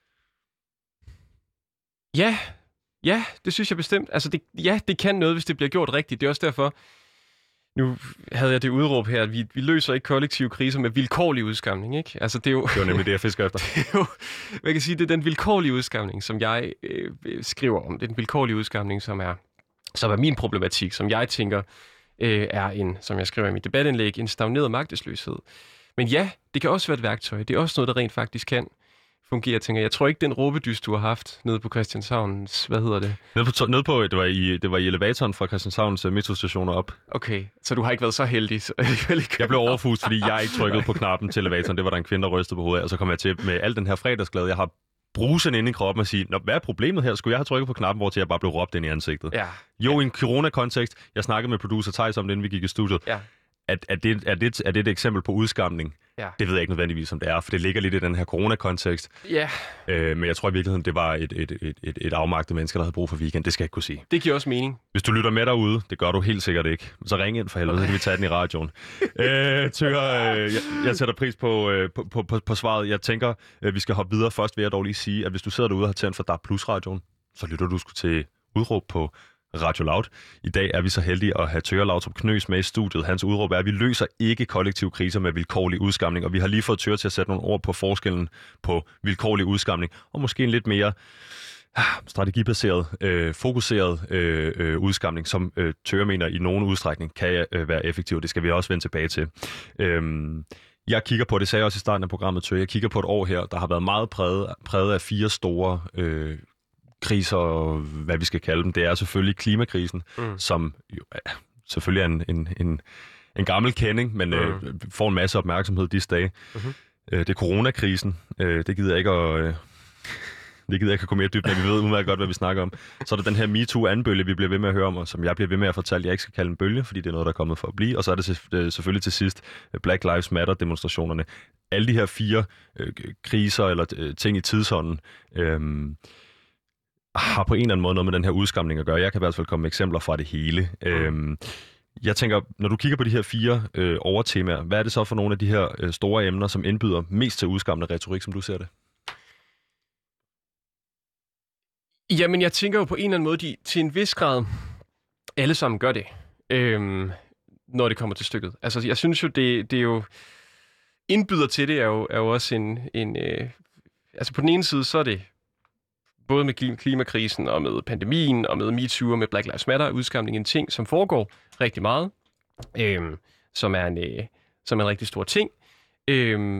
Ja, ja, det synes jeg bestemt. Altså, det, ja, det kan noget, hvis det bliver gjort rigtigt. Det er også derfor, nu havde jeg det udråb her, at vi, vi løser ikke kollektive kriser med vilkårlig udskamning, ikke? Altså, det er jo... Det var nemlig det, jeg fisker efter. Det er jo, hvad kan jeg sige, det er den vilkårlige udskamning, som jeg øh, skriver om. Det er den vilkårlige udskamning, som er, som er min problematik, som jeg tænker øh, er en, som jeg skriver i mit debatindlæg, en stagneret magtesløshed. Men ja, det kan også være et værktøj. Det er også noget, der rent faktisk kan fungere, tænker jeg. Jeg tror ikke, den råbedys, du har haft nede på Christianshavns, hvad hedder det? Nede på, nede på det, var i, det var i elevatoren fra Christianshavns uh, metrostationer op. Okay, så du har ikke været så heldig. Så jeg blev overfust, fordi jeg ikke trykkede på knappen til elevatoren. Det var der en kvinde, der rystede på hovedet af, og så kom jeg til med al den her fredagsglæde. Jeg har brusen inde i kroppen og sige, Nå, hvad er problemet her? Skulle jeg have trykket på knappen, hvor til jeg bare blev råbt ind i ansigtet? Ja. Jo, ja. i en corona-kontekst. Jeg snakkede med producer Theis om det, inden vi gik i studiet. Ja. Er, er, det, er, det, er det et eksempel på udskamning? Ja. Det ved jeg ikke nødvendigvis, om det er, for det ligger lidt i den her corona-kontekst. Ja. Øh, men jeg tror i virkeligheden, det var et, et, et, et, et afmagtet menneske, der havde brug for weekend. Det skal jeg ikke kunne sige. Det giver også mening. Hvis du lytter med derude, det gør du helt sikkert ikke, så ring ind for helvede, så kan vi tage den i radioen. øh, Tøger, øh, jeg, jeg sætter pris på, øh, på, på, på, på svaret. Jeg tænker, øh, vi skal hoppe videre. Først vil jeg dog lige sige, at hvis du sidder derude og har tændt for D A B Plus radioen, så lytter du sgu til udråb på Radio Loud. I dag er vi så heldige at have Tøger Lautrup Knøs med i studiet. Hans udråb er, at vi løser ikke kollektive kriser med vilkårlig udskamning, og vi har lige fået Tøger til at sætte nogle ord på forskellen på vilkårlig udskamning, og måske en lidt mere strategibaseret, øh, fokuseret øh, øh, udskamning, som øh, Tøger mener i nogen udstrækning kan øh, være effektiv. Det skal vi også vende tilbage til. Øhm, jeg kigger på, det sagde jeg også i starten af programmet, Tøger, jeg kigger på et år her, der har været meget præget, præget af fire store øh, kriser, og hvad vi skal kalde dem. Det er selvfølgelig klimakrisen, mm. som jo ja, selvfølgelig er en, en, en, en gammel kending, men mm. øh, får en masse opmærksomhed disse dage. Mm-hmm. Øh, det er coronakrisen. Øh, det gider jeg ikke at... Øh, det gider jeg ikke at gå mere dybt, men vi ved udmærket godt, hvad vi snakker om. Så er der den her MeToo-anbølge, vi bliver ved med at høre om, og som jeg bliver ved med at fortælle, at jeg ikke skal kalde en bølge, fordi det er noget, der er kommet for at blive. Og så er det selvfølgelig til sidst Black Lives Matter-demonstrationerne. Alle de her fire øh, kriser eller øh, ting i tidsånden øh, har på en eller anden måde noget med den her udskamning at gøre. Jeg kan i hvert fald komme med eksempler fra det hele. Mm. Øhm, jeg tænker, når du kigger på de her fire øh, overtemaer, hvad er det så for nogle af de her øh, store emner, som indbyder mest til udskammende retorik, som du ser det? Jamen, jeg tænker jo på en eller anden måde, de til en vis grad alle sammen gør det, øhm, når det kommer til stykket. Altså, jeg synes jo, det, det er jo... Indbyder til det er jo, er jo også en... en øh, altså, på den ene side, så er det både med klimakrisen og med pandemien og med MeToo og med Black Lives Matter, udskamning en ting, som foregår rigtig meget, øhm, som, er en, øh, som er en rigtig stor ting. Øhm,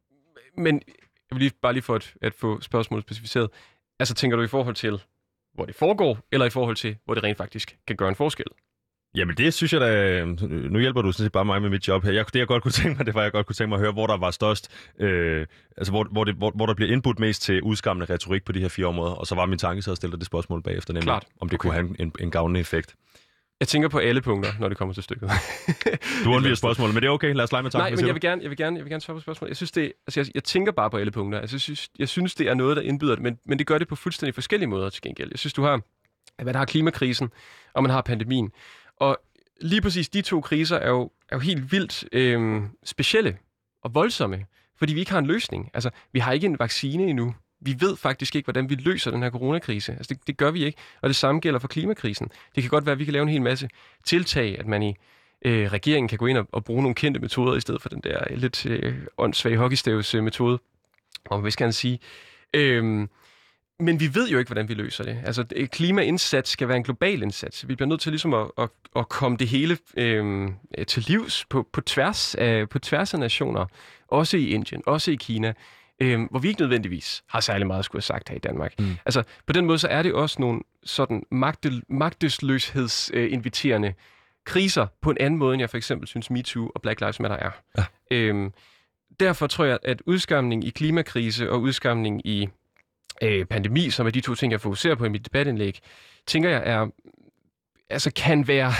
men jeg vil lige, bare lige for at, at få spørgsmålet specificeret. Altså, tænker du i forhold til, hvor det foregår, eller i forhold til, hvor det rent faktisk kan gøre en forskel? Jamen det synes jeg da... Nu hjælper du sådan set bare mig med mit job her. Jeg, det jeg godt kunne tænke mig, det var, jeg godt kunne tænke mig at høre, hvor der var størst... Øh, altså, hvor, hvor, det, hvor, hvor der bliver indbudt mest til udskammende retorik på de her fire områder. Og så var min tanke så at stille dig det spørgsmål bagefter, nemlig Klart. om det okay. kunne have en, en gavnlig effekt. Jeg tænker på alle punkter, når det kommer til stykket. Du undviger spørgsmålet, men det er okay. Lad os lege med tanken. Nej, men jeg vil gerne, jeg vil gerne, jeg vil gerne svare på spørgsmålet. Jeg synes det, altså jeg, jeg tænker bare på alle punkter. Altså jeg synes, jeg synes det er noget, der indbyder det, men, men det gør det på fuldstændig forskellige måder til gengæld. Jeg synes du har, hvad der har klimakrisen, og man har pandemien, og lige præcis de to kriser er jo, er jo helt vildt øh, specielle og voldsomme, fordi vi ikke har en løsning. Altså, vi har ikke en vaccine endnu. Vi ved faktisk ikke, hvordan vi løser den her coronakrise. Altså, det, det gør vi ikke. Og det samme gælder for klimakrisen. Det kan godt være, at vi kan lave en hel masse tiltag, at man i øh, regeringen kan gå ind og, og bruge nogle kendte metoder, i stedet for den der lidt øh, åndssvage hockeystavs øh, metode, og hvad skal man sige. Øh, Men vi ved jo ikke, hvordan vi løser det. Altså, klimaindsats skal være en global indsats. Vi bliver nødt til ligesom at, at, at komme det hele øh, til livs på, på, tværs af, på tværs af nationer. Også i Indien, også i Kina, øh, hvor vi ikke nødvendigvis har særlig meget at skulle have sagt her i Danmark. Mm. Altså, på den måde så er det også nogle sådan magte, magtesløshedsinviterende øh, kriser på en anden måde, end jeg for eksempel synes MeToo og Black Lives Matter er. Ja. Øh, derfor tror jeg, at udskamning i klimakrise og udskamning i Øh, pandemi, som er de to ting, jeg fokuserer på i mit debatindlæg, tænker jeg er, altså kan være,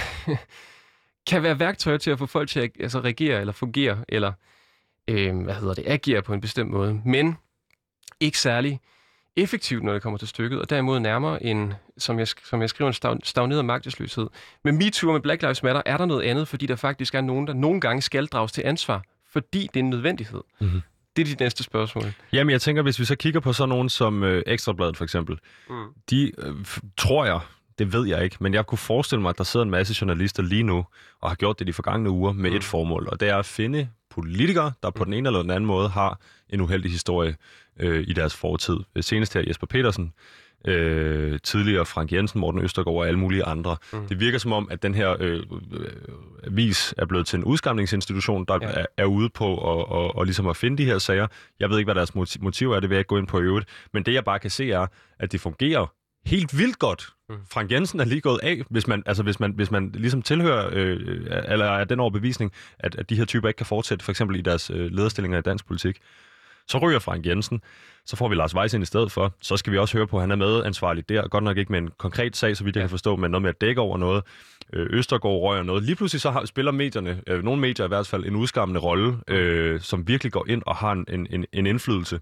kan være værktøjer til at få folk til at altså, reagere eller fungere, eller øh, hvad hedder det, agere på en bestemt måde, men ikke særlig effektivt, når det kommer til stykket, og derimod nærmere en, som jeg, som jeg skriver, en stagneret magtesløshed. Med MeToo og med Black Lives Matter er der noget andet, fordi der faktisk er nogen, der nogle gange skal drages til ansvar, fordi det er en nødvendighed. Mm-hmm. Det er dit næste spørgsmål. Jamen, jeg tænker, hvis vi så kigger på sådan nogen som øh, Ekstrabladet for eksempel, mm. de øh, tror jeg, det ved jeg ikke, men jeg kunne forestille mig, at der sidder en masse journalister lige nu, og har gjort det de forgangne uger med mm. et formål, og det er at finde politikere, der på mm. den ene eller den anden måde har en uheldig historie øh, i deres fortid. Senest her Jesper Petersen, øh, tidligere Frank Jensen, Morten Østergaard og alle mulige andre. Mm. Det virker som om, at den her øh, øh, avis er blevet til en udskamningsinstitution, der ja. er, er ude på og, og, og ligesom at finde de her sager. Jeg ved ikke, hvad deres motiv er, det vil jeg ikke gå ind på i øvrigt. Men det, jeg bare kan se, er, at det fungerer helt vildt godt. Mm. Frank Jensen er lige gået af, hvis man, altså hvis man, hvis man ligesom tilhører, øh, eller er den overbevisning, at, at de her typer ikke kan fortsætte, for eksempel i deres øh, lederstillinger i dansk politik. Så ryger Frank Jensen, så får vi Lars Weiss ind i stedet for. Så skal vi også høre på, at han er medansvarlig der. Godt nok ikke med en konkret sag, så vidt jeg ja. kan forstå, men noget med at dække over noget. Øh, Østergaard røger noget. Lige pludselig så har, spiller medierne, øh, nogle medier i hvert fald, en udskammende rolle, øh, som virkelig går ind og har en, en, en indflydelse.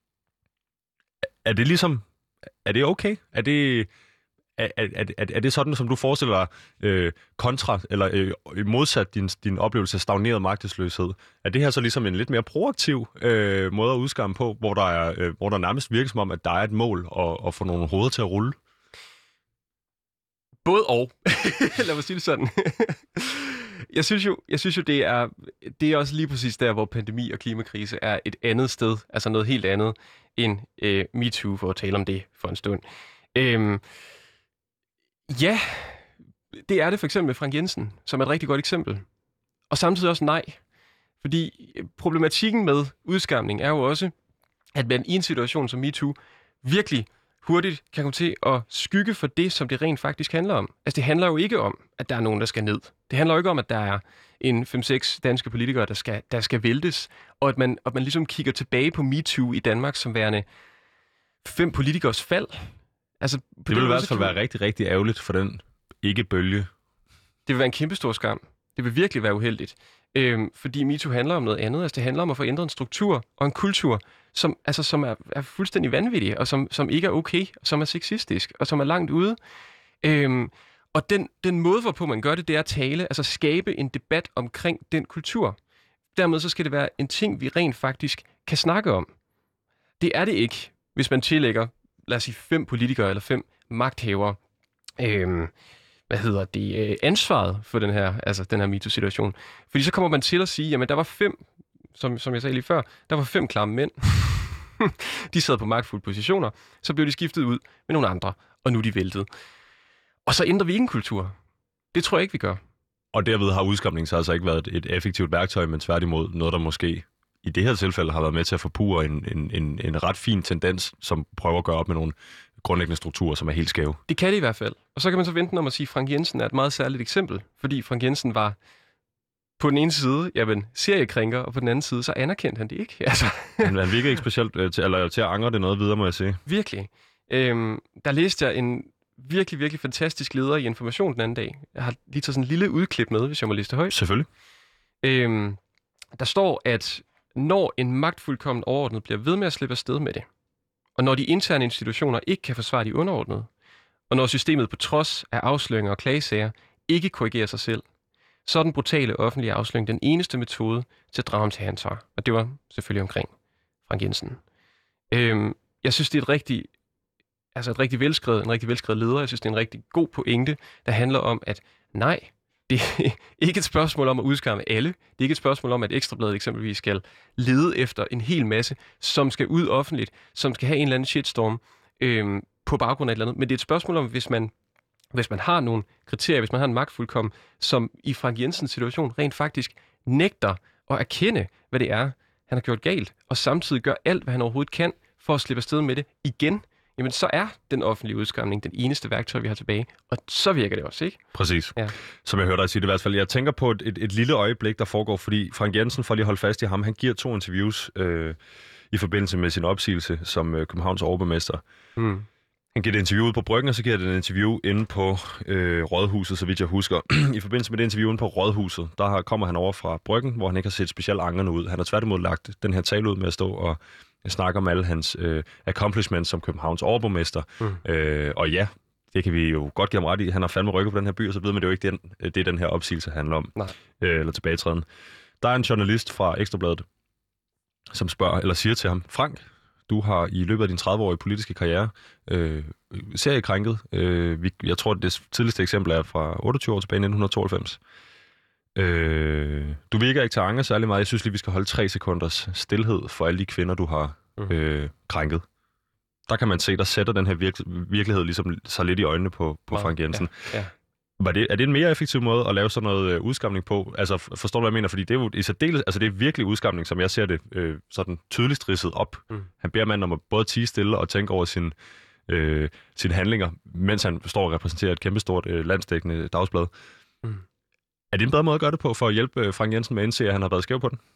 Er det ligesom... Er det okay? Er det... Er, er, er, er det sådan, som du forestiller dig, øh, kontra, eller øh, modsat din, din oplevelse af stagneret magtesløshed? Er det her så ligesom en lidt mere proaktiv øh, måde at udskamme på, hvor der, er, øh, hvor der nærmest virker som om, at der er et mål at, at få nogle hoveder til at rulle? Både og. Lad mig sige det sådan. jeg, synes jo, jeg synes jo, det er, det er også lige præcis der, hvor pandemi og klimakrise er et andet sted, altså noget helt andet end øh, MeToo, for at tale om det for en stund. Øhm, Ja, det er det for eksempel med Frank Jensen, som er et rigtig godt eksempel. Og samtidig også nej. Fordi problematikken med udskamning er jo også, at man i en situation som MeToo virkelig hurtigt kan komme til at skygge for det, som det rent faktisk handler om. Altså det handler jo ikke om, at der er nogen, der skal ned. Det handler jo ikke om, at der er en fem seks danske politikere, der skal, der skal væltes. Og at man, at man ligesom kigger tilbage på MeToo i Danmark som værende fem politikers fald. Altså, det vil i hvert fald være rigtig, rigtig ærgerligt for den ikke-bølge. Det vil være en kæmpestor skam. Det vil virkelig være uheldigt. Øhm, fordi MeToo handler om noget andet. Altså, det handler om at få ændret en struktur og en kultur, som, altså, som er, er fuldstændig vanvittig, og som, som ikke er okay, og som er sexistisk, og som er langt ude. Øhm, og den, den måde, hvorpå man gør det, det er at tale, altså skabe en debat omkring den kultur. Dermed så skal det være en ting, vi rent faktisk kan snakke om. Det er det ikke, hvis man tillægger lad os sige, fem politikere eller fem magthavere, øhm, hvad hedder det, øh, ansvaret for den her, altså den her MeToo-situation. Fordi så kommer man til at sige, jamen der var fem, som, som jeg sagde lige før, der var fem klamme mænd. De sad på magtfulde positioner, så blev de skiftet ud med nogle andre, og nu er de væltet. Og så ændrer vi ikke en kultur. Det tror jeg ikke, vi gør. Og derved har udskamning så altså ikke været et effektivt værktøj, men tværtimod noget, der måske i det her tilfælde har været med til at forpure en, en, en, en ret fin tendens, som prøver at gøre op med nogle grundlæggende strukturer, som er helt skæve. Det kan det i hvert fald. Og så kan man så vente om at sige, at Frank Jensen er et meget særligt eksempel, fordi Frank Jensen var på den ene side, jamen, seriekrænker, og på den anden side, så anerkendte han det ikke. Altså. han, han virker ikke specielt øh, til, eller, til at angre det noget videre, må jeg sige. Virkelig. Øhm, der læste jeg en virkelig, virkelig fantastisk leder i Information den anden dag. Jeg har lige taget sådan en lille udklip med, hvis jeg må læse det højt. Selvfølgelig. Øhm, der står, at når en magtfuldkommen overordnet bliver ved med at slippe afsted med det, og når de interne institutioner ikke kan forsvare de underordnede, og når systemet på trods af afsløringer og klagesager ikke korrigerer sig selv, så er den brutale offentlige afsløring den eneste metode til at drage ham til ansvar. Og det var selvfølgelig omkring Frank Jensen. Øhm, jeg synes, det er et rigtig, altså et rigtig velskrevet, en rigtig velskrevet leder. Jeg synes, det er en rigtig god pointe, der handler om, at nej, det er ikke et spørgsmål om at udskamme alle. Det er ikke et spørgsmål om, at Ekstrabladet eksempelvis skal lede efter en hel masse, som skal ud offentligt, som skal have en eller anden shitstorm øhm, på baggrund af et eller andet. Men det er et spørgsmål om, hvis man, hvis man har nogle kriterier, hvis man har en magtfuldkommen, som i Frank Jensens situation rent faktisk nægter at erkende, hvad det er, han har gjort galt, og samtidig gør alt, hvad han overhovedet kan, for at slippe afsted med det igen, jamen så er den offentlige udskamning den eneste værktøj, vi har tilbage. Og så virker det også, ikke? Præcis. Ja. Som jeg hørte dig sige det i hvert fald. Jeg tænker på et, et, et lille øjeblik, der foregår, fordi Frank Jensen, for lige at holde fast i ham, han giver to interviews øh, i forbindelse med sin opsigelse som øh, Københavns overborgmester. Mm. Han giver et interview ude på Bryggen, og så giver det et interview inde på øh, Rådhuset, så vidt jeg husker. I forbindelse med det interview inde på Rådhuset, der kommer han over fra Bryggen, hvor han ikke har set specielt angerne ud. Han har tværtimod lagt den her tale ud med at stå og snakke om alle hans øh, accomplishments som Københavns overborgmester. Mm. Øh, og ja, det kan vi jo godt give ham ret i. Han har fandme rykket på den her by, og så ved man det jo ikke, den, det den her opsigelse handler om. Øh, eller tilbagetræden. Der er en journalist fra Ekstrabladet, som spørger, eller siger til ham, Frank, du har i løbet af din tredive-årige politiske karriere øh, seriekrænket. Øh, vi, jeg tror, at det tidligste eksempel er fra otteogtyve år tilbage i nitten tooghalvfems. Øh, du virker ikke til anger særlig meget. Jeg synes lige, vi skal holde tre sekunders stilhed for alle de kvinder, du har øh, krænket. der kan man se, der sætter den her virke- virkelighed ligesom så lidt i øjnene på, på Frank Jensen. Ja, ja. Var det, er det en mere effektiv måde at lave sådan noget øh, udskamning på? Altså, forstår du, hvad jeg mener? Fordi det er jo i særdeles, altså det er virkelig udskamning, som jeg ser det øh, sådan tydeligt ridset op. Mm. Han beder manden om at både tie stille og tænke over sin, øh, sine handlinger, mens han står og repræsenterer et kæmpestort øh, landsdækkende dagsblad. Mm. Er det en bedre måde at gøre det på, for at hjælpe Frank Jensen med at indse, at han har været skæv på den?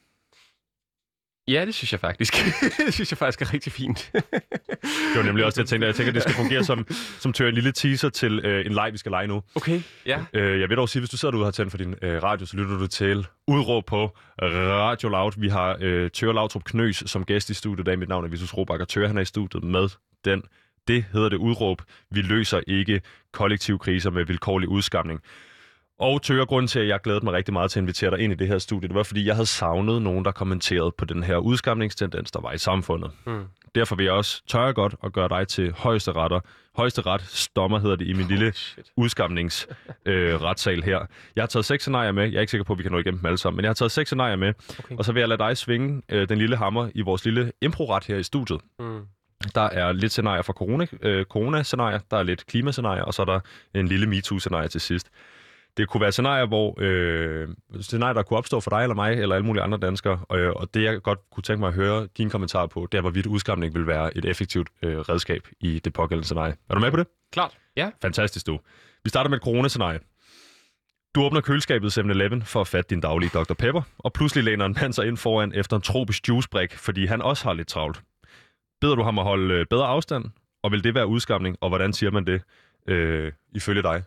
Ja, det synes jeg faktisk. Det synes jeg faktisk er rigtig fint. Det var nemlig også det, jeg tænkte. Jeg tænker, at det skal fungere som, som tør en lille teaser til øh, en leg, vi skal lege nu. Okay, ja. Øh, jeg vil dog sige, hvis du sidder derude og har tændt for din øh, radio, så lytter du til Udråb på Radio Loud. Vi har øh, Tøre Lautrup Knøs som gæst i studiet. Der mit navn er Vitus Robakker. Tøre, han er i studiet med den. Det hedder det udråb. Vi løser ikke kollektive kriser med vilkårlig udskamning. Og Tøre, grunden til, at jeg glædede mig rigtig meget til at invitere dig ind i det her studie, det var, fordi jeg havde savnet nogen, der kommenterede på den her udskamningstendens, der var i samfundet. Mm. Derfor vil jeg også tørre godt og gøre dig til højeste retter. Højeste ret, stommer hedder det i min oh, lille udskamningsretssal øh, her. Jeg har taget seks scenarier med. Jeg er ikke sikker på, at vi kan nå igennem dem alle sammen, men jeg har taget seks scenarier med. Okay. Og så vil jeg lade dig svinge øh, den lille hammer i vores lille improret her i studiet. Mm. Der er lidt scenarier fra corona, øh, corona-scenarier, der er lidt klimascenarier, og så er der en lille MeToo-scenarie til sidst. Det kunne være scenarier, hvor øh, scenarier, der kunne opstå for dig eller mig, eller alle mulige andre danskere. Og, og det, jeg godt kunne tænke mig at høre dine kommentarer på, det er, hvorvidt udskamning vil være et effektivt øh, redskab i det pågældende scenarie. Er du med på det? Klart, ja. Fantastisk, du. Vi starter med et coronascenarie. Du åbner køleskabet seven eleven for at fatte din daglige doktor Pepper, og pludselig læner en mand sig ind foran efter en tropisk juicebrik, fordi han også har lidt travlt. Beder du ham at holde øh, bedre afstand, og vil det være udskamning, og hvordan siger man det øh, ifølge dig?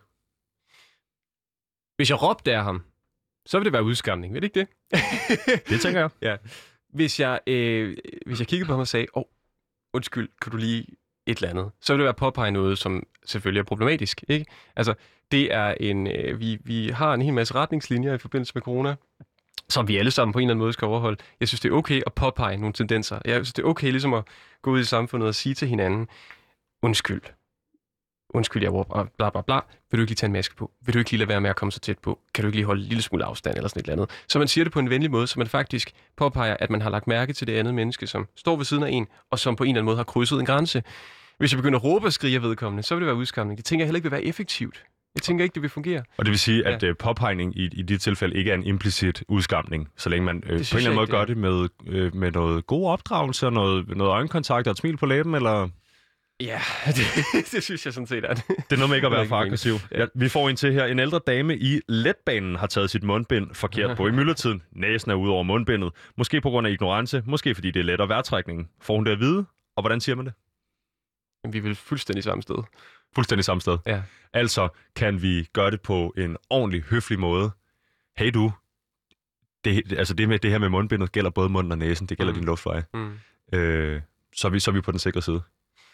Hvis jeg råbte af ham, så vil det være udskamning, ved det ikke det? Det tænker jeg. Ja. Hvis jeg, øh, hvis jeg kiggede på ham og sagde, åh, oh, undskyld, kan du lige et eller andet, så vil det være påpege noget, som selvfølgelig er problematisk, ikke? Altså, det er en, øh, vi, vi har en hel masse retningslinjer i forbindelse med corona, som vi alle sammen på en eller anden måde skal overholde. Jeg synes, det er okay at påpege nogle tendenser. Jeg synes, det er okay ligesom at gå ud i samfundet og sige til hinanden, undskyld. Undskyld, jeg råber, og bla bla bla. Vil du ikke lige tage en maske på? Vil du ikke lige lade være med at komme så tæt på? Kan du ikke lige holde en lille smule afstand eller sådan et eller andet? Så man siger det på en venlig måde, så man faktisk påpeger, at man har lagt mærke til det andet menneske, som står ved siden af en, og som på en eller anden måde har krydset en grænse. Hvis jeg begynder at råbe og skrige af vedkommende, så vil det være udskamning. Det tænker jeg heller ikke vil være effektivt. Jeg tænker ikke, det vil fungere. Og det vil sige, at ja. påpegning i, i de tilfælde ikke er en implicit udskamning, så længe man øh, på en eller anden måde gør det med, øh, med noget god opdragelse, noget, noget øjenkontakt og et smil på læben, eller... Ja, det, det synes jeg sådan set er det. Det er noget med ikke at være for aggressiv. Ja. Ja, vi får en til her. En ældre dame i letbanen har taget sit mundbind forkert på i myldretiden. Næsen er ude over mundbindet. Måske på grund af ignorance, måske fordi det er lettere vejrtrækningen. Får hun det at vide? Og hvordan siger man det? Vi er vel fuldstændig samme sted. Fuldstændig samme sted. Ja. Altså kan vi gøre det på en ordentlig, høflig måde. Hey du, det, altså det, med, det her med mundbindet gælder både munden og næsen. Det gælder mm. din luftveje. Mm. Øh, så, er vi, så er vi på den sikre side.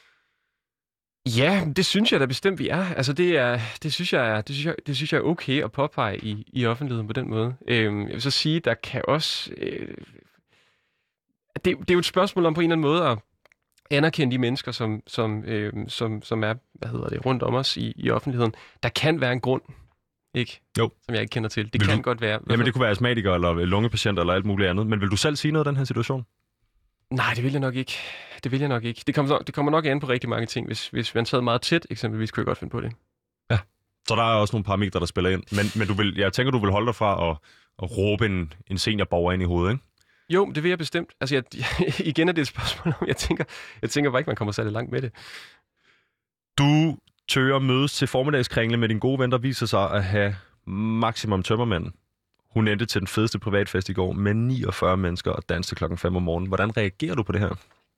Ja, det synes jeg da bestemt, vi er. Altså, det, er, det, synes, jeg er, det, synes, jeg, det synes jeg er okay at påpege i, i offentligheden på den måde. Øhm, jeg vil så sige, der kan også... Øh, det, det er jo et spørgsmål om på en eller anden måde at anerkende de mennesker, som, som, øh, som, som er hvad hedder det, rundt om os i, i offentligheden. Der kan være en grund, ikke? Jo. Som jeg ikke kender til. Det vil kan du... godt være. Jamen, det kunne være astmatiker eller lungepatient eller alt muligt andet. Men vil du selv sige noget i den her situation? Nej, det vil jeg nok ikke. Det vil jeg nok ikke. Det kommer, det kommer nok an på rigtig mange ting. Hvis, hvis man sad meget tæt, eksempelvis, kunne jeg godt finde på det. Ja, så der er også nogle parametre, der spiller ind. Men, men du vil, jeg tænker, du vil holde dig fra at, at råbe en, en seniorborger ind i hovedet, ikke? Jo, det vil jeg bestemt. Altså, jeg, igen er det et spørgsmål om, jeg tænker, jeg tænker bare ikke, man kommer særlig langt med det. Du tør mødes til formiddagskringle med din gode ven, der viser sig at have maksimum tømmermanden. Hun endte til den fedeste privatfest i går med niogfyrre mennesker og danste klokken fem om morgenen. Hvordan reagerer du på det her?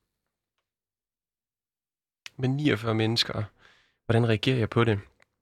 Med niogfyrre mennesker. Hvordan reagerer jeg på det?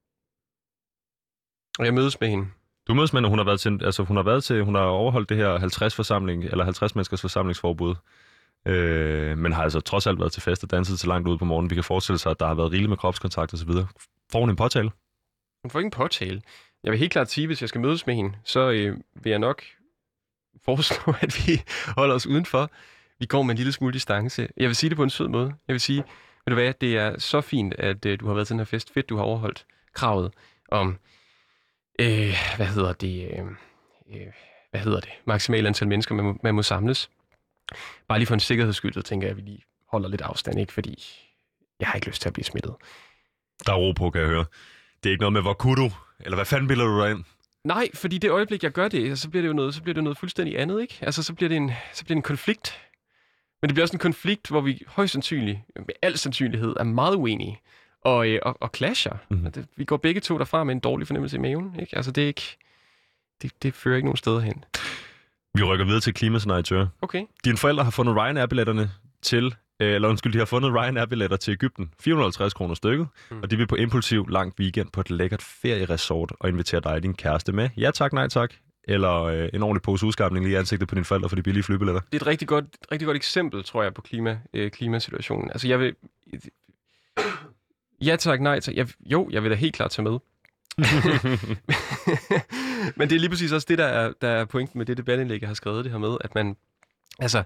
Og jeg mødes med hende. Du mødes med hende, hun har været til, altså hun har været til, hun har overholdt det her halvtreds forsamling eller halvtreds menneskers forsamlingsforbud. Øh, men har altså trods alt været til fest og danset til langt ude på morgenen. Vi kan forestille sig, at der har været rigeligt med kropskontakt og så videre. Får hun en påtale? Hun får ikke en påtale. Jeg vil helt klart sige, at hvis jeg skal mødes med hende, så øh, vil jeg nok foreslå, at vi holder os udenfor. Vi går med en lille smule distance. Jeg vil sige det på en sød måde. Jeg vil sige, ved du hvad, det er så fint, at øh, du har været til den her fest. Fedt, du har overholdt kravet om, øh, hvad hedder det, øh, øh, hvad hedder det, maksimalt antal mennesker, man må, man må samles. Bare lige for en sikkerheds skyld, så tænker jeg, at vi lige holder lidt afstand, ikke? Fordi jeg har ikke lyst til at blive smittet. Der er ro på, kan jeg høre. Det er ikke noget med, hvor kunne du? Eller hvad fanden bilder du dig ind? Nej, fordi det øjeblik, jeg gør det, så bliver det jo noget, så bliver det noget fuldstændig andet, ikke? Altså, så bliver det en, så bliver det en konflikt. Men det bliver også en konflikt, hvor vi højst sandsynligt, med al sandsynlighed, er meget uenige og, øh, og, og clasher. Mm. Det, vi går begge to derfra med en dårlig fornemmelse i maven, ikke? Altså, det er ikke... Det, det fører ikke nogen steder hen. Vi rykker videre til klimascenarie. Okay. Dine forældre har fundet Ryanair-billetterne til... Eller undskyld, de har fundet Ryanair-billetter til Egypten. fire hundrede og halvtreds kroner stykket. Mm. Og de vil på impulsiv lang weekend på et lækkert ferieresort og invitere dig og din kæreste med. Ja tak, nej tak. Eller øh, en ordentlig pose udskamning lige i ansigtet på dine forældre for de billige flybilletter. Det er et rigtig godt, rigtig godt eksempel, tror jeg, på klima, øh, klimasituationen. Altså, jeg vil... Ja tak, nej tak. Jeg, jo, jeg vil da helt klart tage med. Men det er lige præcis også det, der er, der er pointen med det debatindlæg, jeg har skrevet det her med, at man... Altså...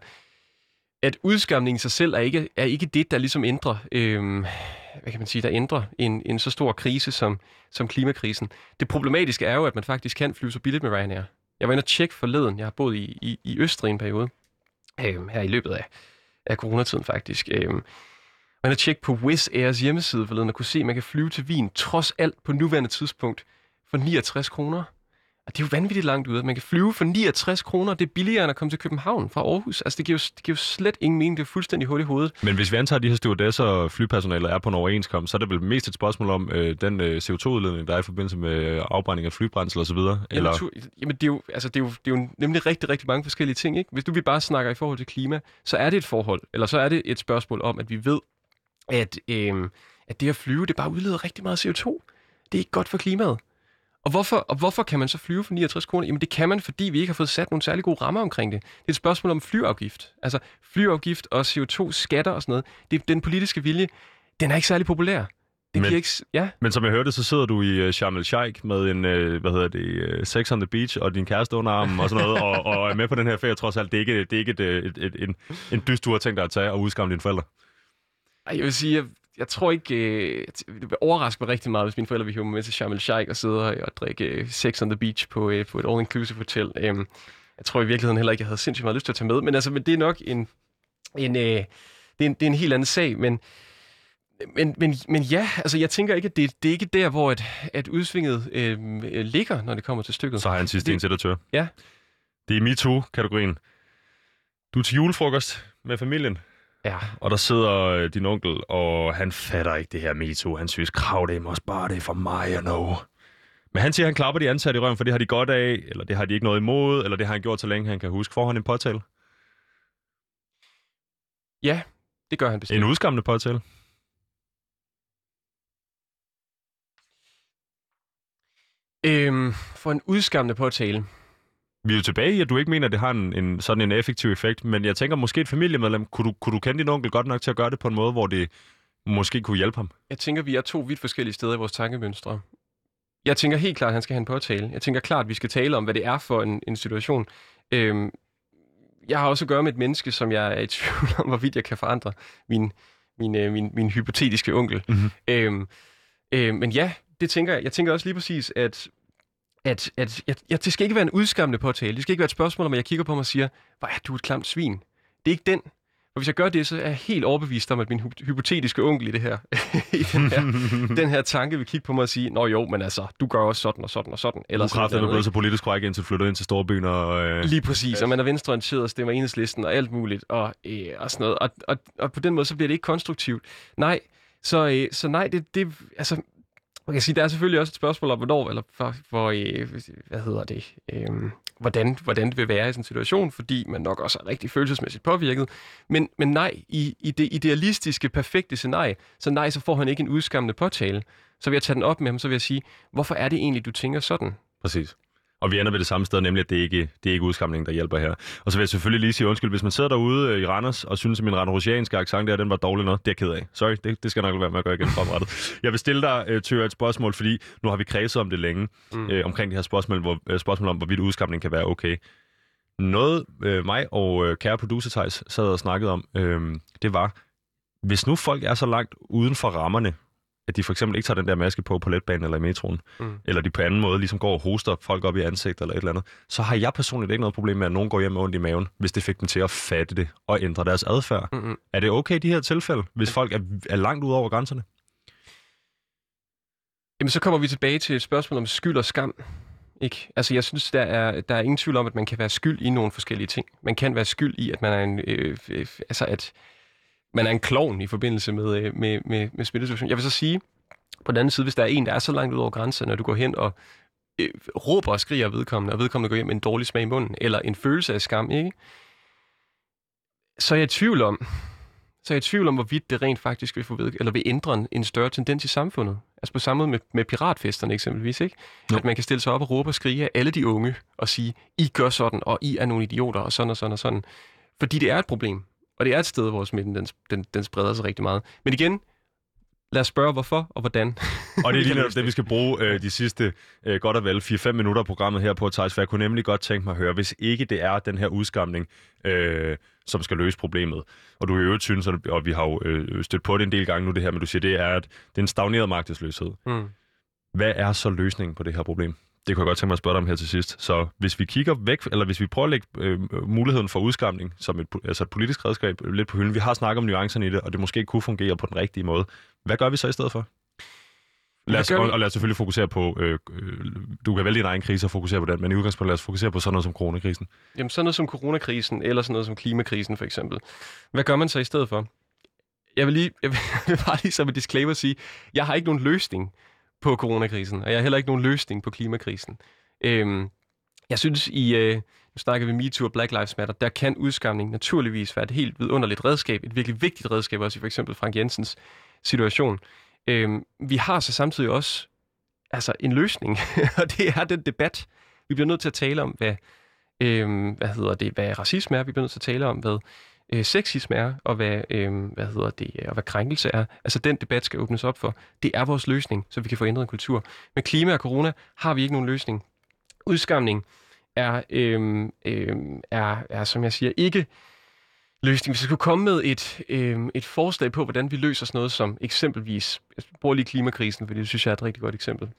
At udskamning i sig selv er ikke, er ikke det, der ligesom ændrer, øhm, hvad kan man sige, der ændrer en, en så stor krise som, som klimakrisen. Det problematiske er jo, at man faktisk kan flyve så billigt med Ryanair. Jeg var inde og tjekke forleden. Jeg har boet i, i, i Østrig en periode, øhm, her i løbet af, af coronatiden faktisk. Øhm, jeg var inde og tjekke på Wizz Airs hjemmeside forleden og kunne se, at man kan flyve til Wien trods alt på nuværende tidspunkt for niogtres kroner. Og det er jo vanvittigt langt ude. Man kan flyve for niogtres kroner. Det er billigere end at komme til København fra Aarhus. Altså, det giver jo, det giver jo slet ingen mening. Det er fuldstændig hul i hovedet. Men hvis vi antager, at de her stewardesser og flypersonalet er på en overenskomst, så er det vel mest et spørgsmål om øh, den øh, C O to udledning, der er i forbindelse med afbrænding af flybrændsel osv.? Eller... Jamen, jamen det, er jo, altså, det, er jo, det er jo nemlig rigtig, rigtig mange forskellige ting. Ikke? Hvis du vi bare snakker i forhold til klima, så er det et forhold, eller så er det et spørgsmål om, at vi ved, at, øh, at det at flyve, det bare udleder rigtig meget C O to. Det er ikke godt for klimaet. Og hvorfor, og hvorfor kan man så flyve for niogtres kroner? Jamen det kan man, fordi vi ikke har fået sat nogle særlig gode rammer omkring det. Det er et spørgsmål om flyafgift. Altså flyafgift og C O to skatter og sådan noget. Det, den politiske vilje, den er ikke særlig populær. Det men, ikke, ja. men som jeg hørte, så sidder du i uh, Sharm el-Sheikh med en, uh, hvad hedder det, uh, Sex on the Beach og din kæreste under armen og sådan noget, og, og er med på den her ferie trods alt. Det er ikke, det er ikke et, et, et, et, en, en dyst, du har tænkt dig at tage og udskamme dine forældre. Ej, jeg vil sige, jeg, jeg tror ikke, øh, det vil overraske mig rigtig meget, hvis mine forældre vil hive mig med til Sharm el-Sheikh og sidde og drikke øh, Sex on the Beach på, øh, på et all-inclusive hotel. Øhm, jeg tror i virkeligheden heller ikke, jeg havde sindssygt meget lyst til at tage med, men altså, men det er nok en, en, øh, det er en, det er en helt anden sag, men Men, men, men ja, altså jeg tænker ikke, at det, det er ikke der, hvor at, at udsvinget øh, ligger, når det kommer til stykket. Så har jeg en sidste det... en til dig, Tør. Ja. Det er MeToo-kategorien. Du er til julefrokost med familien. Ja. Og der sidder din onkel, og han fatter ikke det her MeToo. Han synes, krav det er også bare det for mig at know. Men han siger, at han klapper de ansatte i røven, for det har de godt af, eller det har de ikke noget imod, eller det har han gjort så længe, han kan huske. Får han en påtale? Ja, det gør han bestemt. En udskammende påtale? Øhm, for en udskammende påtale. Vi er jo tilbage i, at du ikke mener, at det har en, en sådan en effektiv effekt, men jeg tænker, måske et familiemedlem, kunne du, kunne du kende din onkel godt nok til at gøre det på en måde, hvor det måske kunne hjælpe ham? Jeg tænker, vi er to vidt forskellige steder i vores tankemønstre. Jeg tænker helt klart, at han skal have en påtale. Jeg tænker klart, at vi skal tale om, hvad det er for en, en situation. Øhm, jeg har også at gøre med et menneske, som jeg er i tvivl om, hvorvidt jeg kan forandre min, min, øh, min, min hypotetiske onkel. Mm-hmm. Øhm, øh, men ja, det tænker jeg. Jeg tænker også lige præcis, at At, at, at, at det skal ikke være en udskammende påtale. Det skal ikke være et spørgsmål, om jeg kigger på mig og siger, hvor er du et klamt svin. Det er ikke den. For hvis jeg gør det, så er jeg helt overbevist om, at min hypotetiske onkel i det her, i den her, den her tanke vil kigge på mig og sige, nå jo, men altså, du gør også sådan og sådan og sådan. Eller sådan noget. Du er blevet så politisk korrekt, indtil du flytter ind til storbyen. Og, øh... Lige præcis, og man er venstreorienteret og stemmer Enhedslisten og alt muligt og, øh, og sådan noget. Og, og, og på den måde, så bliver det ikke konstruktivt. Nej, så, øh, så nej, det, det altså... Man kan sige, der er selvfølgelig også et spørgsmål om, hvornår, eller for, for øh, hvad hedder det, øh, hvordan, hvordan det vil være i sådan en situation, fordi man nok også er rigtig følelsesmæssigt påvirket. Men, men nej, i, i det idealistiske, perfekte scenarie, så nej, så får han ikke en udskammende påtale. Så vil jeg tage den op med ham, så vil jeg sige, hvorfor er det egentlig, du tænker sådan? Præcis. Og vi ender ved det samme sted, nemlig at det ikke det er ikke udskamningen, der hjælper her. Og så vil jeg selvfølgelig lige sige undskyld, hvis man sidder derude i Randers og synes, at min randrusianske accent der, den var dårlig noget. Det er jeg ked af. Sorry, det, det skal nok være med at gøre igen fremrettet. Jeg vil stille dig, Tør, et spørgsmål, fordi nu har vi kredset om det længe, mm. øh, omkring det her spørgsmål, hvor, øh, spørgsmål om, hvorvidt udskamning kan være okay. Noget øh, mig og øh, kære producer Theis sad og snakkede om, øh, det var, hvis nu folk er så langt uden for rammerne at de for eksempel ikke tager den der maske på på letbanen eller i metroen, mm. eller de på anden måde ligesom går og hoster folk op i ansigtet eller et eller andet, så har jeg personligt ikke noget problem med, at nogen går hjem med ondt i maven, hvis det fik dem til at fatte det og ændre deres adfærd. Mm-hmm. Er det okay i de her tilfælde, hvis folk er, er langt ud over grænserne? Jamen, så kommer vi tilbage til et spørgsmål om skyld og skam. Ikke? Altså, jeg synes, der er, der er ingen tvivl om, at man kan være skyld i nogle forskellige ting. Man kan være skyld i, at man er en, øh, øh, altså, at man er en klovn i forbindelse med, øh, med, med, med smittesituationen. Jeg vil så sige, på den anden side, hvis der er en, der er så langt ud over grænsen, når du går hen og øh, råber og skriger vedkommende, og vedkommende går hjem med en dårlig smag i munden, eller en følelse af skam, ikke? Så er jeg i tvivl om, så er jeg i tvivl om, hvorvidt det rent faktisk vil, få ved, eller vil ændre en, en større tendens i samfundet. Altså på samme måde med, med piratfesterne eksempelvis, ikke? No. At man kan stille sig op og råbe og skrige af alle de unge og sige, I gør sådan, og I er nogle idioter, og sådan og sådan og sådan. Fordi det er et problem, og det er et sted, hvor smitten den, den, den spreder sig rigtig meget. Men igen, lad os spørge, hvorfor og hvordan. Og det er lige netop det, vi skal bruge øh, de sidste øh, godt og vel fire fem minutter af programmet her på, Theis, for jeg kunne nemlig godt tænke mig at høre, hvis ikke det er den her udskamning, øh, som skal løse problemet, og du i øvrigt synes, og vi har jo øh, stødt på det en del gange nu det her, men du siger, det er, at det er en stagneret magtesløshed. Mm. Hvad er så løsningen på det her problem? Det kunne jeg godt tænke mig at spørge dig om her til sidst. Så hvis vi kigger væk, eller hvis vi prøver at lægge øh, muligheden for udskamning som et, altså et politisk redskab lidt på hylden, vi har snakket om nuancerne i det, og det måske ikke kunne fungere på den rigtige måde. Hvad gør vi så i stedet for? Lad os, og, og lad os selvfølgelig fokusere på, øh, øh, du kan vælge din egen krise og fokusere på den, men i udgangspunktet lad os fokusere på sådan noget som coronakrisen. Jamen sådan noget som coronakrisen, eller sådan noget som klimakrisen for eksempel. Hvad gør man så i stedet for? Jeg vil, lige, jeg vil bare lige som et disclaimer sige, jeg har ikke nogen løsning på coronakrisen, og jeg har heller ikke nogen løsning på klimakrisen. Øhm, jeg synes i, øh, nu snakker vi MeToo og Black Lives Matter, der kan udskamning naturligvis være et helt vidunderligt redskab, et virkelig vigtigt redskab, også i for eksempel Frank Jensens situation. Øhm, vi har så samtidig også altså en løsning, og det er den debat. Vi bliver nødt til at tale om, hvad, øhm, hvad hedder det, hvad racisme er. Vi bliver nødt til at tale om, hvad øh, sexisme er, og hvad, øhm, hvad hedder det, og hvad krænkelse er. Altså den debat skal åbnes op for. Det er vores løsning, så vi kan få ændret en kultur. Med klima og corona har vi ikke nogen løsning. Udskamning er, øhm, øhm, er, er som jeg siger, ikke løsning. Hvis vi skulle komme med et, øh, et forslag på, hvordan vi løser sådan noget som eksempelvis, jeg bruger lige klimakrisen, fordi det synes jeg er et rigtig godt eksempel.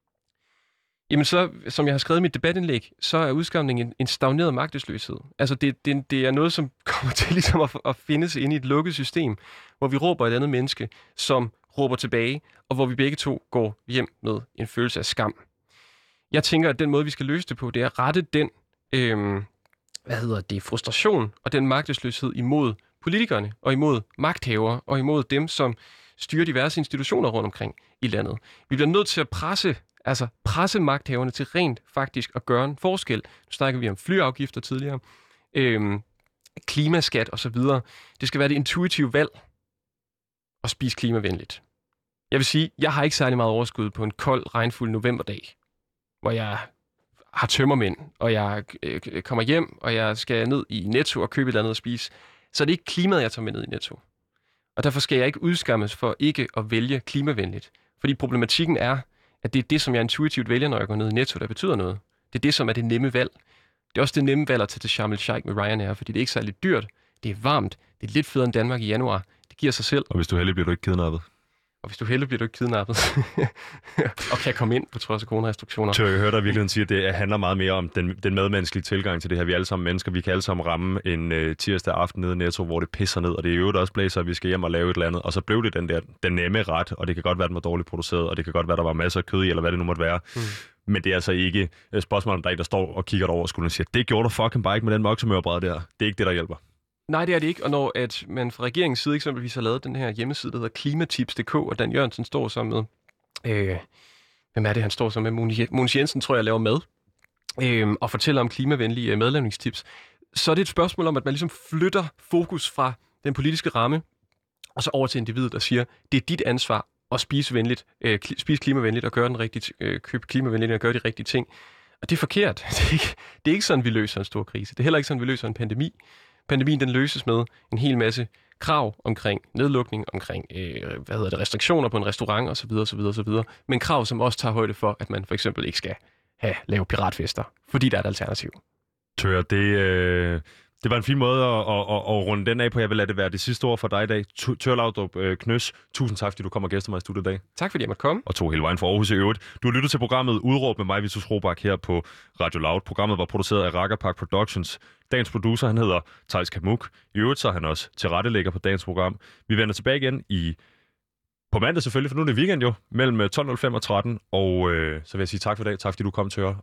Jamen så, som jeg har skrevet i mit debatindlæg, så er udskamning en, en stagneret magtesløshed. Altså det, det, det er noget, som kommer til ligesom at, at finde sig inde i et lukket system, hvor vi råber et andet menneske, som råber tilbage, og hvor vi begge to går hjem med en følelse af skam. Jeg tænker, at den måde, vi skal løse det på, det er at rette den øh, hvad hedder det, frustration og den magtesløshed imod politikerne og imod magthavere og imod dem, som styrer diverse institutioner rundt omkring i landet. Vi bliver nødt til at presse, altså presse magthaverne til rent faktisk at gøre en forskel. Nu snakker vi om flyafgifter tidligere, øhm, klimaskat osv. Det skal være det intuitive valg at spise klimavenligt. Jeg vil sige, jeg har ikke særlig meget overskud på en kold, regnfuld novemberdag, hvor jeg har tømmermænd, og jeg øh, kommer hjem, og jeg skal ned i Netto og købe et eller andet at spise, så er det ikke klimaet, jeg tager med ned i Netto. Og derfor skal jeg ikke udskammes for ikke at vælge klimavenligt. Fordi problematikken er, at det er det, som jeg intuitivt vælger, når jeg går ned i Netto, der betyder noget. Det er det, som er det nemme valg. Det er også det nemme valg at tage til Sharm el-Sheikh med Ryanair, fordi det er ikke særlig dyrt, det er varmt, det er lidt federe end Danmark i januar. Det giver sig selv. Og hvis du er heldig, bliver du ikke kidnappet. Og hvis du heldig, bliver du ikke kidnappet. og kan komme ind på trods af coronarestriktioner. Så jeg hører dig virkelig sige, at det handler meget mere om den, den medmenneskelige tilgang til det her. Vi er alle sammen mennesker. Vi kan alle sammen ramme en øh, tirsdag aften nede i Netto, hvor det pisser ned, og det er jo også blæser, at vi skal hjem og lave et eller andet. Og så blev det den der den nemme ret, og det kan godt være, at den var dårligt produceret, og det kan godt være, at der var masser af kød i, eller hvad det nu måtte være. Mm. Men det er altså ikke et spørgsmål om dig, der står og kigger over skulderen og siger, det gjorde du fucking bare ikke med den moksemørbræd der. Det er ikke det, der hjælper. Nej, det er det ikke, og når at man fra regeringens side eksempelvis har lavet den her hjemmeside, der hedder klimatips punktum d k, og Dan Jørgensen står sammen med, øh, hvem er det, han står sammen med? Mogens Jensen, tror jeg, laver mad, øh, og fortæller om klimavenlige øh, madlavningstips, så er det et spørgsmål om, at man ligesom flytter fokus fra den politiske ramme, og så over til individet, der siger, det er dit ansvar at spise venligt, øh, spise klimavenligt og gøre den rigtige, øh, købe klimavenligt og gøre de rigtige ting. Og det er forkert. Det er, ikke, det er ikke sådan, vi løser en stor krise. Det er heller ikke sådan, vi løser en pandemi. Pandemien den løses med en hel masse krav omkring nedlukning, omkring øh, hvad hedder det, restriktioner på en restaurant osv. osv. osv. Men krav, som også tager højde for, at man for eksempel ikke skal have lave piratfester, fordi der er et alternativ. Tør, det, øh, Det var en fin måde at, at, at, at runde den af på. Jeg vil lade det være det sidste ord for dig i dag. Thor Laudrup øh, Knøs, tusind tak, fordi du kom og gæstede mig i studiet i dag. Tak fordi jeg måtte komme. Og tog hele vejen fra Aarhus i øvrigt. Du har lyttet til programmet Udråb med mig, Vitus Robak, her på Radio Loud. Programmet var produceret af Rakkerpark Productions. Dagens producer, han hedder Theis Kamuk. I øvrigt så er han også tilrettelægger på dagens program. Vi vender tilbage igen i på mandag selvfølgelig, for nu er det weekend jo, mellem tolv nul fem og tretten. Og øh, så vil jeg sige tak for i dag. Tak fordi du kom til at høre.